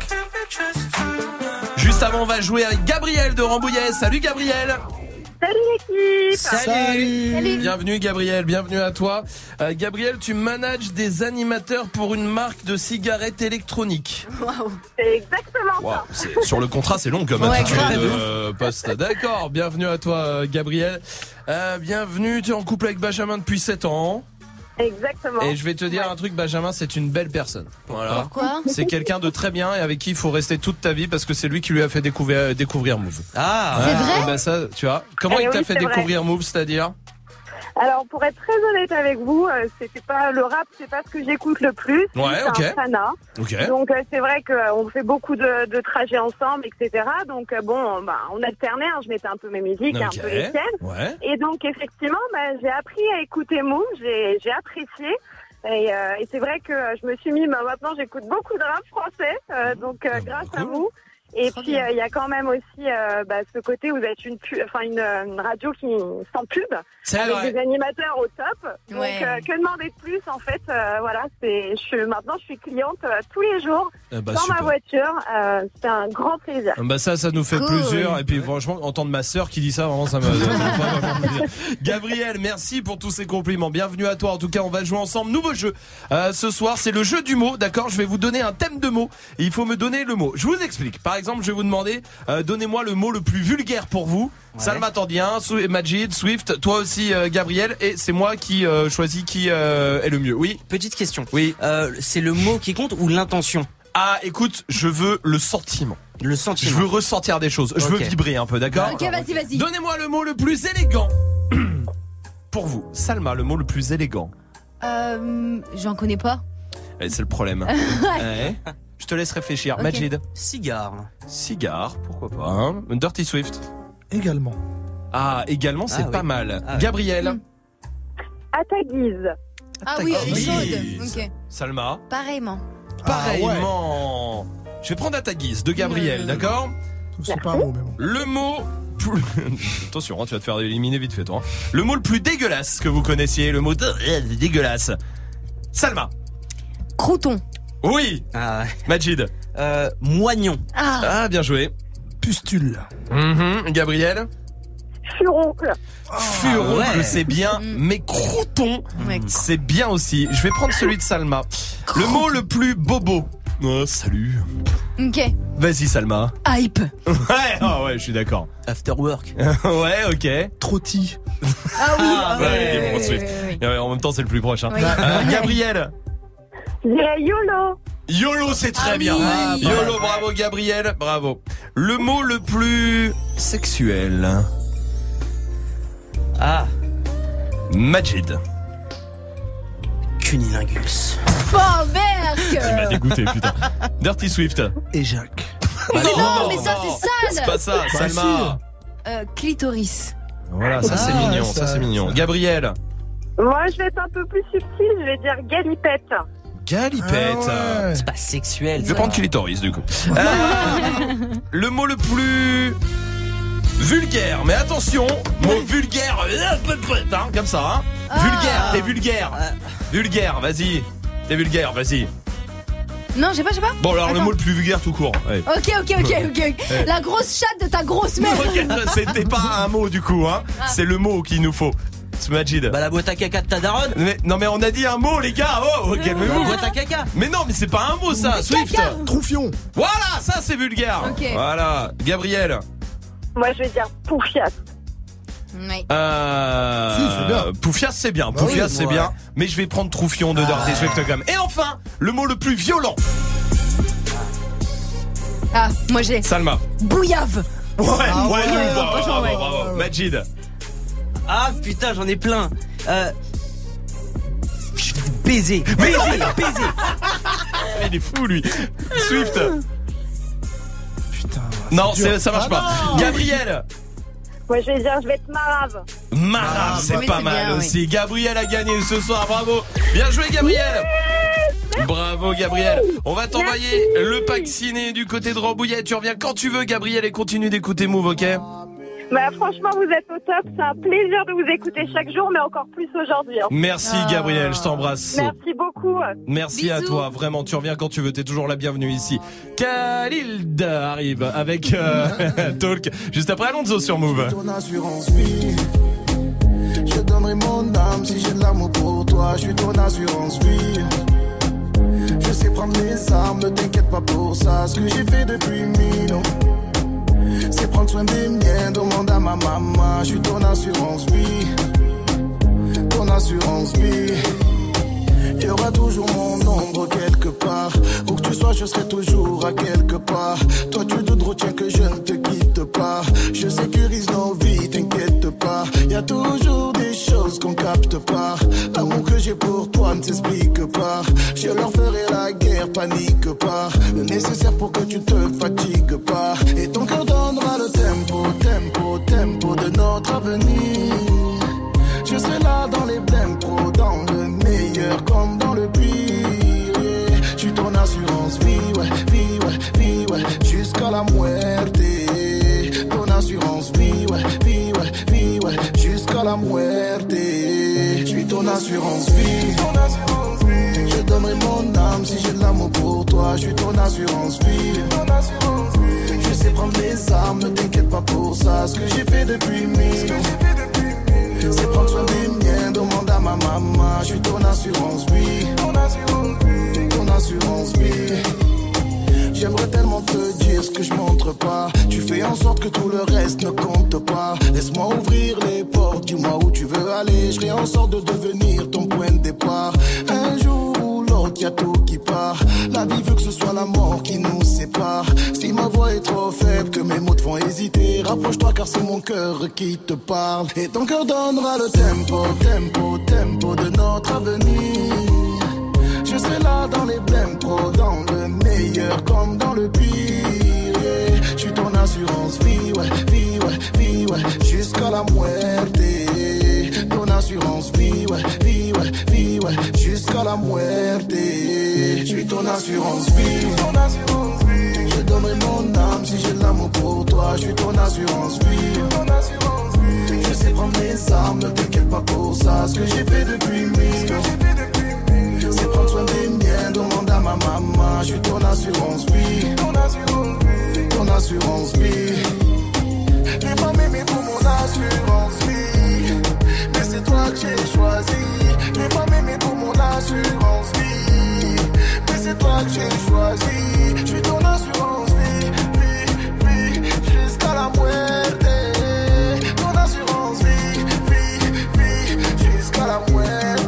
Juste avant, on va jouer avec Gabriel de Rambouillet. Salut Gabriel. Salut l'équipe. Salut. Bienvenue Gabriel, bienvenue à toi. Gabriel, tu manages des animateurs pour une marque de cigarettes électroniques. Waouh. C'est exactement ça. Sur le contrat, c'est long comme intitulé de poste. D'accord, bienvenue à toi Gabriel. Bienvenue, tu es en couple avec Benjamin depuis 7 ans. Exactement. Et je vais te dire un truc, Benjamin, c'est une belle personne. Voilà. Pourquoi ? C'est quelqu'un de très bien et avec qui il faut rester toute ta vie parce que c'est lui qui lui a fait découvrir Move. Ah, c'est vrai ? Bah ça, tu vois. Comment il t'a fait découvrir Move, c'est-à-dire ? Alors, pour être très honnête avec vous, c'était pas le rap, c'est pas ce que j'écoute le plus. Ouais, ok. C'est un fanat. Ok. Donc, c'est vrai qu'on fait beaucoup de trajets ensemble, etc. Donc, on alternait, je mettais un peu mes musiques, un peu les siennes. Ouais. Et donc, effectivement, j'ai appris à écouter Move, j'ai apprécié. Et c'est vrai que je me suis mis, maintenant, j'écoute beaucoup de rap français, grâce à vous. Et puis il y a quand même aussi ce côté où vous êtes une radio qui sans pub, avec des animateurs au top. Donc que demander de plus en fait, maintenant je suis cliente tous les jours dans ma voiture. C'est un grand plaisir. Bah ça nous fait plaisir. Et puis franchement, entendre ma sœur qui dit ça, vraiment ça me fait vraiment plaisir. Gabriel, merci pour tous ces compliments. Bienvenue à toi. En tout cas, on va jouer ensemble. Nouveau jeu. Ce soir, c'est le jeu du mot. D'accord, je vais vous donner un thème de mots et il faut me donner le mot. Je vous explique. Par exemple, je vais vous demander, donnez-moi le mot le plus vulgaire pour vous. Ouais. Salma Tordien, Majid, Swift, toi aussi Gabriel, et c'est moi qui choisis qui est le mieux. Oui. Petite question. Oui. C'est le mot qui compte ou l'intention ? Ah, écoute, je veux le sentiment. Le sentiment. Je veux ressentir des choses. Je veux vibrer un peu, d'accord ? Ok, vas-y. Donnez-moi le mot le plus élégant. Pour vous, Salma, le mot le plus élégant. J'en connais pas. C'est le problème. Ouais. Je te laisse réfléchir. Okay. Majid. Cigare, pourquoi pas. Hein. Dirty Swift. Également. Ah, également, c'est pas mal. Gabriel. À ta guise. Ah oui, elle est chaude. Ok. Salma. Pareillement. Pareillement. Je vais prendre à ta guise de Gabriel, d'accord ? C'est pas un mot, mais bon. Le mot plus... Attention, tu vas te faire éliminer vite fait, toi. Le mot le plus dégueulasse que vous connaissiez, le mot dégueulasse. Salma. Crouton. Oui. Majid. Moignon. Ah, bien joué. Pustule. Gabriel. Furoncle. Furoncle, c'est bien, mais crouton, c'est bien aussi. Je vais prendre celui de Salma. Le mot le plus bobo. Oh, salut. Ok. Vas-y Salma. Hype. Ouais, je suis d'accord. After work. Ouais, ok. Trotti. Ah oui. Ouais. En même temps, c'est le plus proche. Hein. Oui. Gabriel. Je dirais YOLO. YOLO, c'est très bien. Oui. YOLO, bravo Gabriel, bravo. Le mot le plus sexuel. Majid. Cunilingus. Oh merde. Il m'a dégoûté, putain. Dirty Swift. Et Jacques. Non, mais ça c'est sale. C'est pas ça, Salma. Clitoris. Voilà, ça c'est mignon, ça c'est mignon. Gabriel. Moi, je vais être un peu plus subtil, je vais dire galipette. Galipette. C'est pas sexuel. Je vais prendre clitoris du coup. Le mot le plus vulgaire, mais attention, mot vulgaire, comme ça, hein. Vulgaire, t'es vulgaire. Vulgaire, vas-y. T'es vulgaire, vas-y. Non, j'ai pas. Bon, alors le mot le plus vulgaire tout court. Ouais. Ok. La grosse chatte de ta grosse mère. C'était pas un mot du coup, hein. C'est le mot qu'il nous faut. Majid. Bah la boîte à caca de ta daronne. Non mais on a dit un mot les gars. Oh, calmez-vous. La boîte à caca. Mais non, mais c'est pas un mot ça. Swift. Troufion. Voilà, ça c'est vulgaire. Okay. Voilà, Gabriel. Moi je vais dire poufias. Oui. c'est bien. Poufias c'est bien. Poufias c'est bien. Mais je vais prendre Troufion de Dirty Swift quand même. Et enfin, le mot le plus violent. Moi j'ai. Salma. Bouillave. Bravo. Majid. Ah putain, j'en ai plein. Baiser. Il est fou lui. Swift. Putain. Non, ça marche pas. Gabriel. Moi je vais être marave. Marave, c'est pas mal bien, aussi. Oui. Gabriel a gagné ce soir, bravo. Bien joué Gabriel. Bravo Gabriel. On va t'envoyer le pack ciné du côté de Rambouillet. Tu reviens quand tu veux Gabriel et continue d'écouter Move, ok? Bah, franchement, vous êtes au top. C'est un plaisir de vous écouter chaque jour, mais encore plus aujourd'hui. Hein. Merci Gabriel, je t'embrasse. Merci beaucoup. Merci à toi, vraiment, tu reviens quand tu veux, t'es toujours la bienvenue ici. Khalid arrive avec Talk, juste après Alonso sur Move. Ton assurance vie, je donnerai mon âme si j'ai de l'amour pour toi, je suis ton assurance vie. Je sais prendre mes armes, ne t'inquiète pas pour ça, ce que j'ai fait depuis 1000 ans. C'est prendre soin des miens, demande à ma maman, je suis ton assurance vie. Ton assurance vie. Il y aura toujours mon ombre quelque part. Où que tu sois, je serai toujours à quelque part. Toi, tu te retiens que je ne te quitte pas. Je sécurise nos vies, t'inquiète pas. Il y a toujours des choses qu'on capte pas. L'amour que j'ai pour toi ne s'explique pas. Je leur ferai la guerre, panique pas. Le nécessaire pour que tu te fatigues pas. Et ton cœur donnera le tempo, tempo, tempo de notre avenir. Je serai là dans les blèmes pro, dans le meilleur comme dans le pire. Je suis ton assurance vie, ouais, vie, ouais, vie, ouais, jusqu'à la muerte. Ton assurance vie, ouais, vie, ouais, vie, ouais, jusqu'à la muerte. Je suis ton assurance vie. Je donnerai mon âme si j'ai de l'amour pour toi. Je suis ton assurance vie. Je sais prendre mes armes, ne t'inquiète pas pour ça. Ce que j'ai fait depuis 1000 ans. C'est prendre soin des miens, demande à ma maman. Je suis ton assurance vie. Ton assurance vie. J'aimerais tellement te dire ce que je montre pas. Tu fais en sorte que tout le reste ne compte pas. Laisse-moi ouvrir les portes, dis-moi où tu veux aller. Je ferai en sorte de devenir ton point de départ. Un jour ou l'autre, y'a tout qui part. La vie veut que ce soit la mort qui nous sépare. Si ma voix est trop faible, que mes mots te font hésiter, rapproche-toi car c'est mon cœur qui te parle. Et ton cœur donnera le tempo, tempo, tempo de notre avenir. Je serai là dans les blèmes pro, dans le meilleur comme dans le pire. Je suis ton assurance vie, ouais, vie, ouais, vie, ouais, jusqu'à la muerte. Ton assurance vie, ouais, vie, ouais, vie, ouais, jusqu'à la muerte. Je suis ton assurance vie. Je donnerai mon âme si j'ai de l'amour pour toi. Je suis ton assurance vie. Je sais prendre mes armes, ne t'inquiète pas pour ça. Ce que j'ai fait depuis 1000 ans. C'est prendre soin des miens, demande à ma maman. Je suis ton assurance vie. Ton assurance vie. J'ai pas m'aimé pour mon assurance vie. Mais c'est toi que j'ai choisi. J'ai pas m'aimé pour mon assurance vie. Mais c'est toi que j'ai choisi. Je suis ton assurance vie. Vie, vie, jusqu'à la muerte. Ton assurance vie. Vie, vie, jusqu'à la muerte.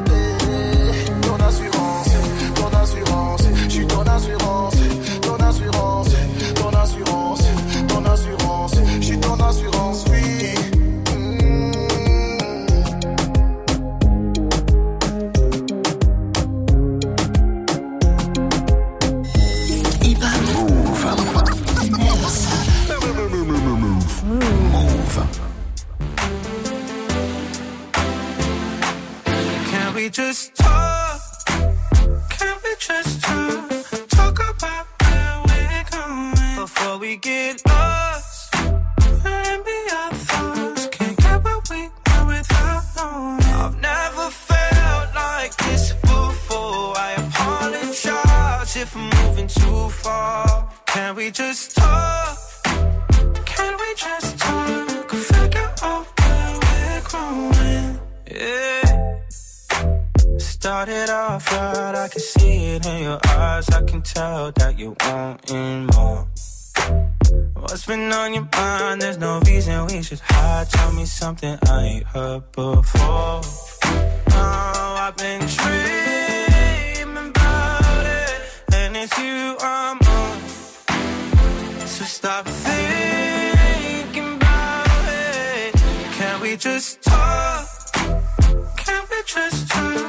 Just talk, can we just talk about where we're going before we get lost? Maybe our thoughts can't get what we want without knowing. I've never felt like this before. I apologize if I'm moving too far. Can we just talk? Can we just talk? Figure out where we're growing. Yeah. Started off right, I can see it in your eyes. I can tell that you're wanting more. What's been on your mind? There's no reason we should hide. Tell me something I ain't heard before. Oh, I've been dreaming about it, and it's you I'm on. So stop thinking about it. Can we just talk? Can we just talk?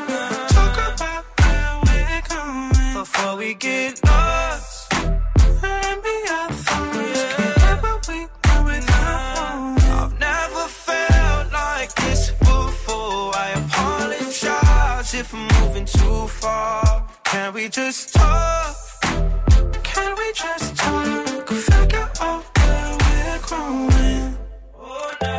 Before we get lost, maybe our thoughts can't get what we want without. I've never felt like this before. I apologize if I'm moving too far. Can we just talk? Can we just talk? Figure out where we're growing. Oh, no.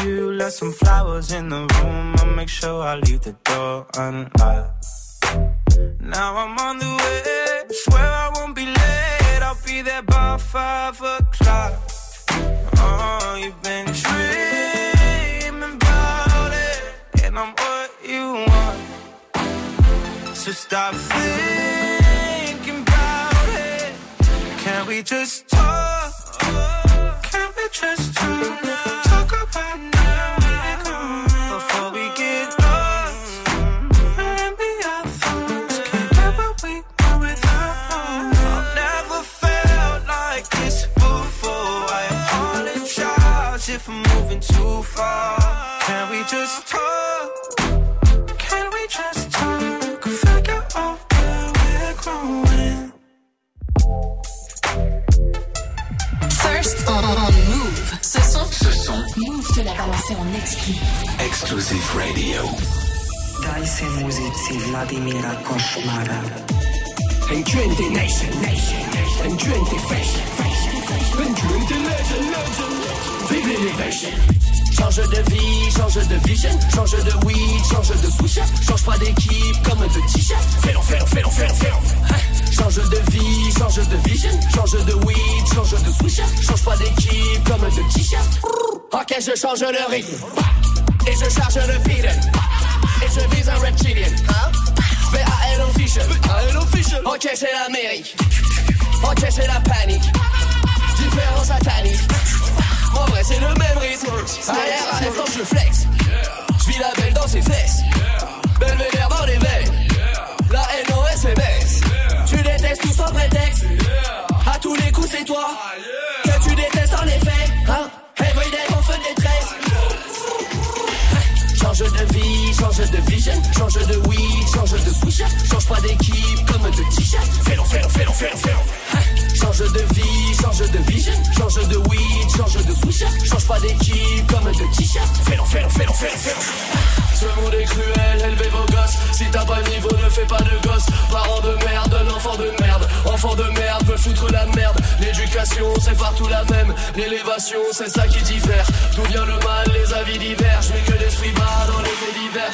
you left some flowers in the room. I'll make sure I leave the door unlocked. Now I'm on the way, swear I won't be late. I'll be there by 5 o'clock. Oh, you've been dreaming about it, and I'm what you want. So stop thinking about it. Can we just talk? Can we just talk? Talk about now before we get lost and be our thoughts. Can't get what we want without. I've never felt like this before. I apologize if I'm moving too far. Can we just talk? Can we just talk? Figure out where we're growing. First on Move. Ce son, Move te l'a balancé en exclu. Exclusive Radio. Daj se muzici Vladimira Košmara. N20 Nation, N20 Fashion, N20 Legend, vive l'innovation. Change de vie, change de vision, change de weed, change de switch. Change pas d'équipe comme de t-shirt. Fais-le. Change de vie, change de vision, change de weed, change de switch. Change pas d'équipe comme de t-shirt. Ok, je change le rythme. Et je charge le beat. Et je vise un reptilien. VAL official. Ok, c'est l'Amérique. Ok, c'est la panique. Différence satanique. En vrai, c'est le même rythme. Arrière, arrière, quand je flex. J'vis la belle dans ses fesses. Belvédère dans les veines. La NOS et baisse. Tu détestes tout sans prétexte. À tous les coups, c'est toi que tu détestes en effet. Everyday en feu de détresse. Change de vie, change de vision, change de weed, change de switch. Change pas d'équipe comme de t-shirt. Fais-le. Change de vie, change de vision, change de weed, change de switch. Change pas d'équipe comme de t-shirt. Fais-le. Ce monde est cruel, élevez vos gosses. Si t'as pas le niveau, ne fais pas de gosse. Parents de merde, un enfant de merde. Enfant de merde, veut foutre la merde. L'éducation, c'est partout la même. L'élévation, c'est ça qui diffère. D'où vient le mal, les avis divergent. Mais que l'esprit bat dans les faits divers.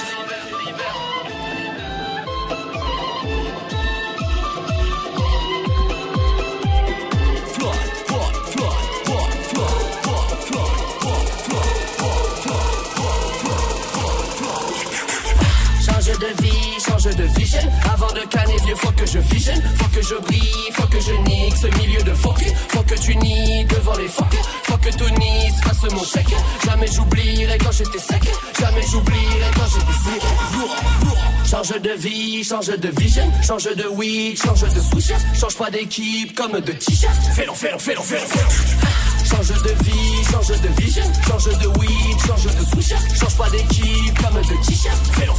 Change de vie, change de vision. Avant de canner vieux, faut que je vision. Faut que je brille, faut que je nique ce milieu de fuck. Faut que tu nies devant les fuck. Faut que Tony se fasse mon chèque. Jamais j'oublierai quand j'étais sec. Jamais j'oublierai quand j'étais sec. Change de vie, change de vision. Change de weed, change de switch. Change pas d'équipe comme de t-shirt. Fais-le. Change de vie, change de vision, change de weed, change de switch. Change pas d'équipe comme de t-shirt. Fais-le.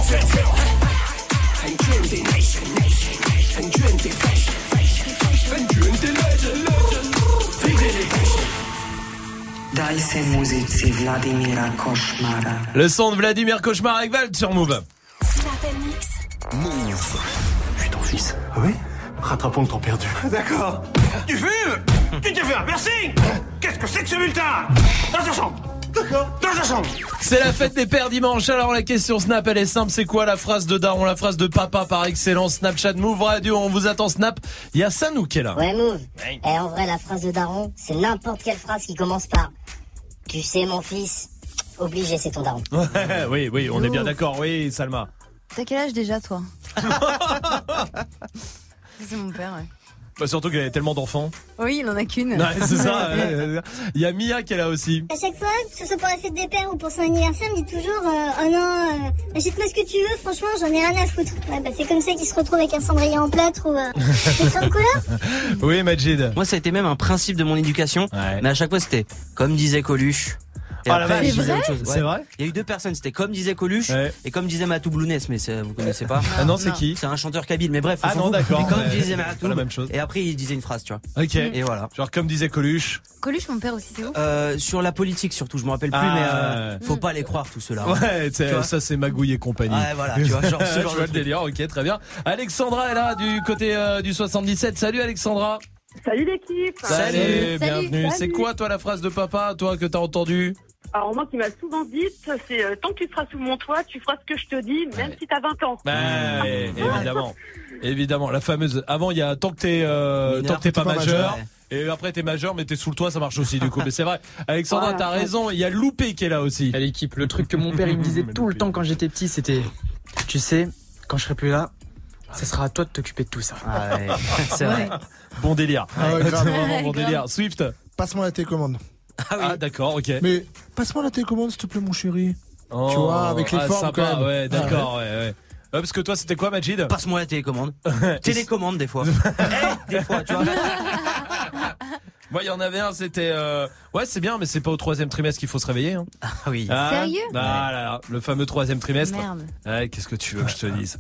N20 Nation, N20 Fashion, N20 Legend, vive l'innovation. Daj se muzici Vladimira Košmara. Le son de Vladimir Cauchemar avec Vald sur Move. Move. Je suis ton fils. Oui. Rattrapons le temps perdu. D'accord. Tu fumes? Tu t'es fait un piercing? Qu'est-ce que c'est que ce bulletin? Dans sa chambre. D'accord. Dans sa chambre. C'est la fête des pères dimanche. Alors la question Snap, elle est simple. C'est quoi la phrase de daron, la phrase de papa par excellence? Snapchat, Move Radio, on vous attend. Snap. Il y a Sanou qui est là. Ouais, Move. Et en vrai, la phrase de daron, c'est n'importe quelle phrase qui commence par « Tu sais, mon fils, obligé, c'est ton daron. » Oui, on est bien d'accord. Oui, Salma. T'as quel âge déjà, toi? C'est mon père, ouais. Bah surtout qu'il a tellement d'enfants. Oui, il en a qu'une. Ouais, c'est ça. Il y a Mia qui est là aussi. À chaque fois, que ce soit pour la fête des pères ou pour son anniversaire, il me dit toujours oh non, achète-moi ce que tu veux, franchement, j'en ai rien à foutre. Ouais, bah c'est comme ça qu'il se retrouve avec un cendrier en plâtre ou des crayons de couleur. Oui, Majid. Moi, ça a été même un principe de mon éducation. Ouais. Mais à chaque fois, c'était comme disait Coluche. Et après, c'est vrai, c'est vrai. Il y a eu deux personnes, c'était comme disait Coluche et comme disait Matou Blounès, mais vous connaissez pas. Ah non, c'est qui? C'est un chanteur kabyle, mais bref. Ah non, d'accord. Et comme disait Matou, la même chose. Et après, il disait une phrase, tu vois. Ok. Et voilà. Genre comme disait Coluche. Coluche, mon père aussi, c'est où? Sur la politique surtout, je me rappelle plus, mais faut pas les croire tout cela. Ouais, ça c'est Magouille et compagnie. Ouais, voilà, tu vois, genre ce genre de délire. Ok, très bien. Alexandra est là du côté du 77. Salut Alexandra. Salut l'équipe. Salut, bienvenue. C'est quoi toi la phrase de papa, toi que t'as entendu? Alors moi qui m'a souvent dit, c'est tant que tu seras sous mon toit, tu feras ce que je te dis, même si t'as 20 ans. Évidemment. Évidemment, la fameuse. Avant, il y a tant que t'es pas majeur. Et après t'es majeur mais t'es sous le toit, ça marche aussi du coup. Mais c'est vrai, Alexandra, t'as raison, il y a Loupé qui est là aussi. À l'équipe, le truc que mon père il me disait tout le temps quand j'étais petit, c'était, tu sais, quand je serai plus là, ça sera à toi de t'occuper de tout ça. Ah ouais, c'est vrai. Bon délire. C'est vraiment bon délire. Swift, passe-moi la télécommande. Ah d'accord, ok. Mais passe-moi la télécommande s'il te plaît mon chéri. Oh, tu vois, avec les formes sympa, quand même. ouais, d'accord, ouais. Parce que toi c'était quoi, Majid? Passe-moi la télécommande. Télécommande des fois. Des fois, tu vois. Moi, il y en avait un, c'était ouais, c'est bien, mais c'est pas au 3e trimestre qu'il faut se réveiller. Hein. Ah oui. Sérieux? Ah là là, le fameux 3e trimestre. Merde. Ouais, qu'est-ce que tu veux que je te dise?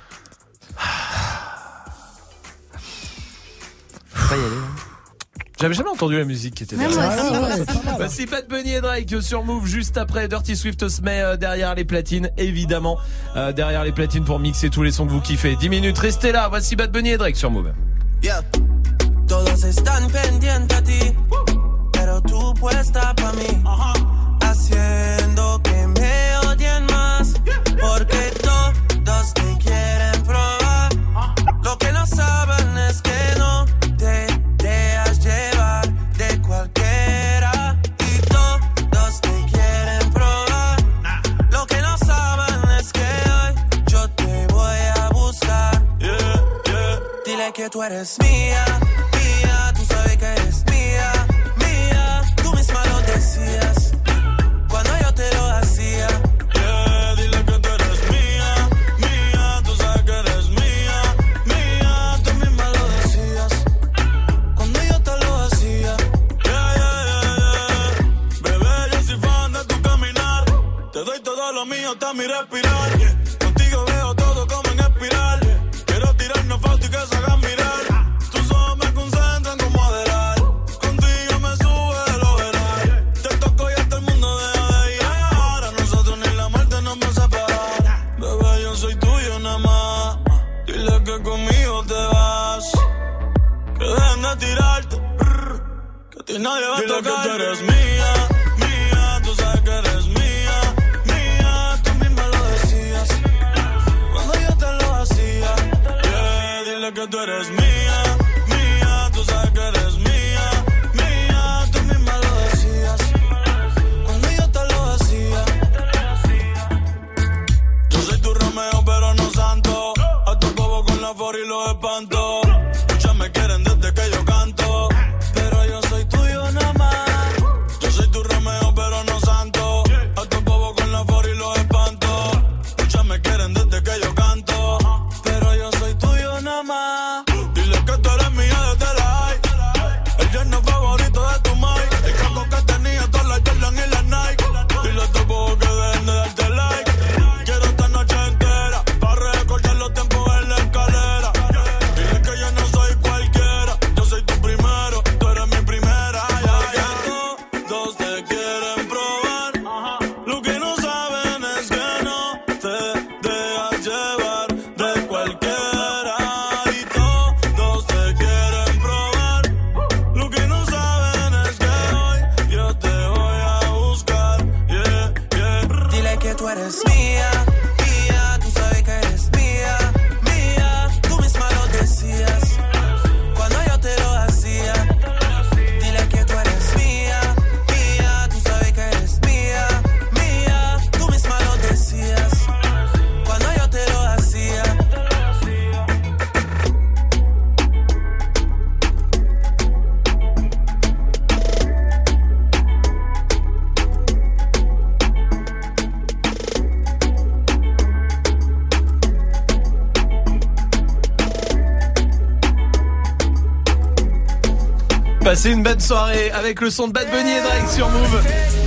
Faut pas y aller. J'avais jamais entendu la musique qui était derrière. Voici Bad Bunny et Drake sur Move juste après. Dirty Swift se met derrière les platines, évidemment. Derrière les platines pour mixer tous les sons que vous kiffez. 10 minutes, restez là. Voici Bad Bunny et Drake sur Move. Yeah. Todos están pendientes a ti, pero tú puesta pa' mí, haciendo que me odien más, porque todos te quieren probar. Lo que no saben es que no te dejas llevar de cualquiera, y todos te quieren probar. Lo que no saben es que hoy yo te voy a buscar. Dile que tú eres mía. Tú sabes que eres mía, mía. Tú misma lo decías cuando yo te lo hacía. Dile que tú eres mía, mía. Tú sabes que eres mía, mía. Tú misma lo decías cuando yo te lo hacía. Bebé, yo soy fan de tu caminar. Te doy todo lo mío hasta mi respirar. Contigo veo todo como en espiral. Quiero tirarnos fotos y que se hagan mirar. Tirarte, que a ti nadie va a tocar. Dile que tú eres mía, mía. Tú sabes que eres mía, mía. Tú misma lo decías cuando yo te lo hacía. Dile que tú eres mía, mía. Tú sabes que eres mía, mía. Tú misma lo decías cuando yo te lo hacía. Yo soy tu Romeo pero no santo. A tu bobo con la for y los espanto. Muchas me quieren desde que yo canto, pero yo soy tuyo nada más. Yo soy tu Romeo pero no santo. A tu bobo con la for y los espanto. Muchas me quieren desde que yo canto, pero yo soy tuyo nada más. Dile que tú eres mía desde la high. El yerno favorito de tu Mike. El caco que tenía todas las Jordan y las Nike. Dile a tu bobo que dejen de darte like. Quiero esta noche entera para recordar los tiempos en la escalera. Dile que yo no soy cualquiera, yo soy tu primero, tú eres mi primera. Todos te quieren probar, lo que no saben es que no te dejas llevar de cualquiera. Y todos te quieren probar, lo que no saben es que hoy yo te voy a buscar. Dile que tú eres mía, mía. Tú sabes que eres mía, mía. Tú misma lo decías cuando yo te lo hacía. Dile que tú eres mía, mía. Tú sabes que eres mía, mía. Tú misma lo decías cuando yo te lo hacía. Passez une bonne soirée avec le son de Bad Bunny et Drake sur Move.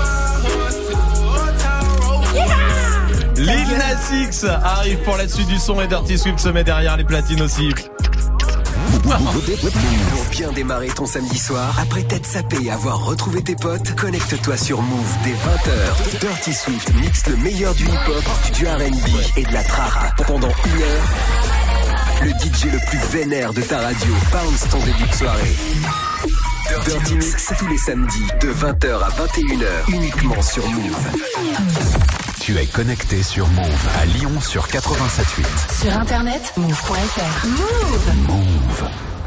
Lil Nas X arrive pour la suite du son et Dirty Swift se met derrière les platines aussi. Pour bien démarrer ton samedi soir, après t'être sapé et avoir retrouvé tes potes, connecte-toi sur Move dès 20h. Dirty Swift mixe le meilleur du hip-hop, du R&B et de la trap. Pendant une heure, le DJ le plus vénère de ta radio bounce ton début de soirée. Dirty Mix, tous les samedis de 20h à 21h, uniquement sur Move. Tu es connecté sur Move à Lyon sur 87.8. Sur internet, move.fr. Move. Move.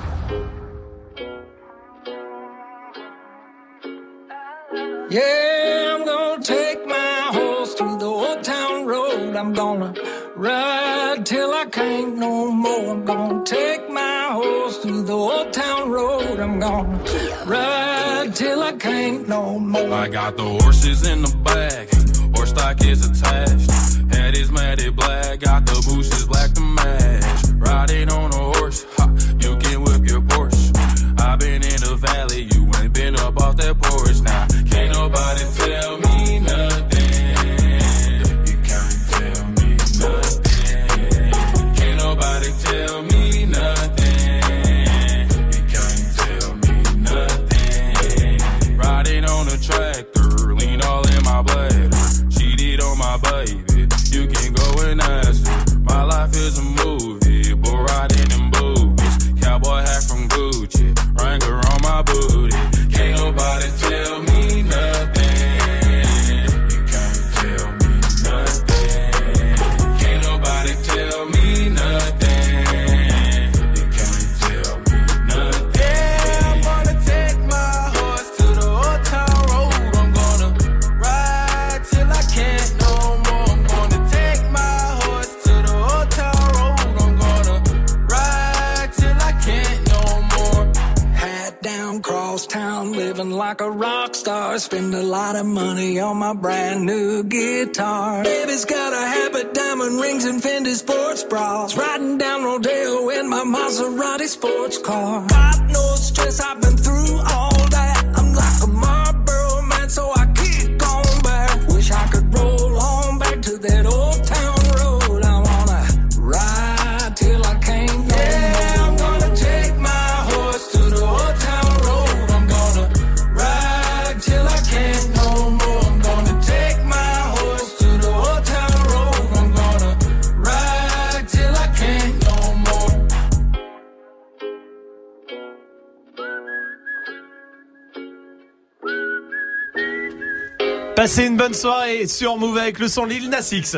Yeah, I'm gonna take my horse to the old town road. I'm gonna ride till I can't no more. I'm gonna take my horse to the old town road. I'm gonna ride till I can't no more. I got the horses in the bag, horse stock is attached. Head is matted black, got the bushes black to match. Riding on a horse, ha, you can whip your Porsche. I've been in the valley, you ain't been up off that porch. Now, can't nobody tell me nothing. You can't tell me nothing. Can't nobody tell me nothing. You can't tell me nothing. Riding on a tractor, lean all in my bladder. Cheated on my baby, you can go and ask her. My life is a movie, but riding in boobies. Cowboy hat from Gucci, Wrangler on my booty. Can't nobody tell me nothing. You can't tell me nothing. Can't nobody tell me nothing. You can't tell me nothing. Yeah, I'm gonna take my horse to the old town road. I'm gonna ride till I can't no more. I'm gonna take my horse to the old town road. I'm gonna ride till I can't no more. Hat down, cross town, living like a rock star. Spend a lot of money on my brand new guitar. Baby's got a habit, diamond rings and Fendi sports bras. Riding down Rodeo in my Maserati sports car. Got no stress, I've been through all that. I'm like a Marlboro man, so I kick on back. Wish I could roll on back to that old town road. I wanna ride till I can't no more. I'm gonna take my horse to the old town road. I'm gonna ride till I can't no more. I'm gonna take my horse to the old town road. I'm gonna ride till I can't no more. Passez une bonne soirée sur Move avec le son Lil Nas X.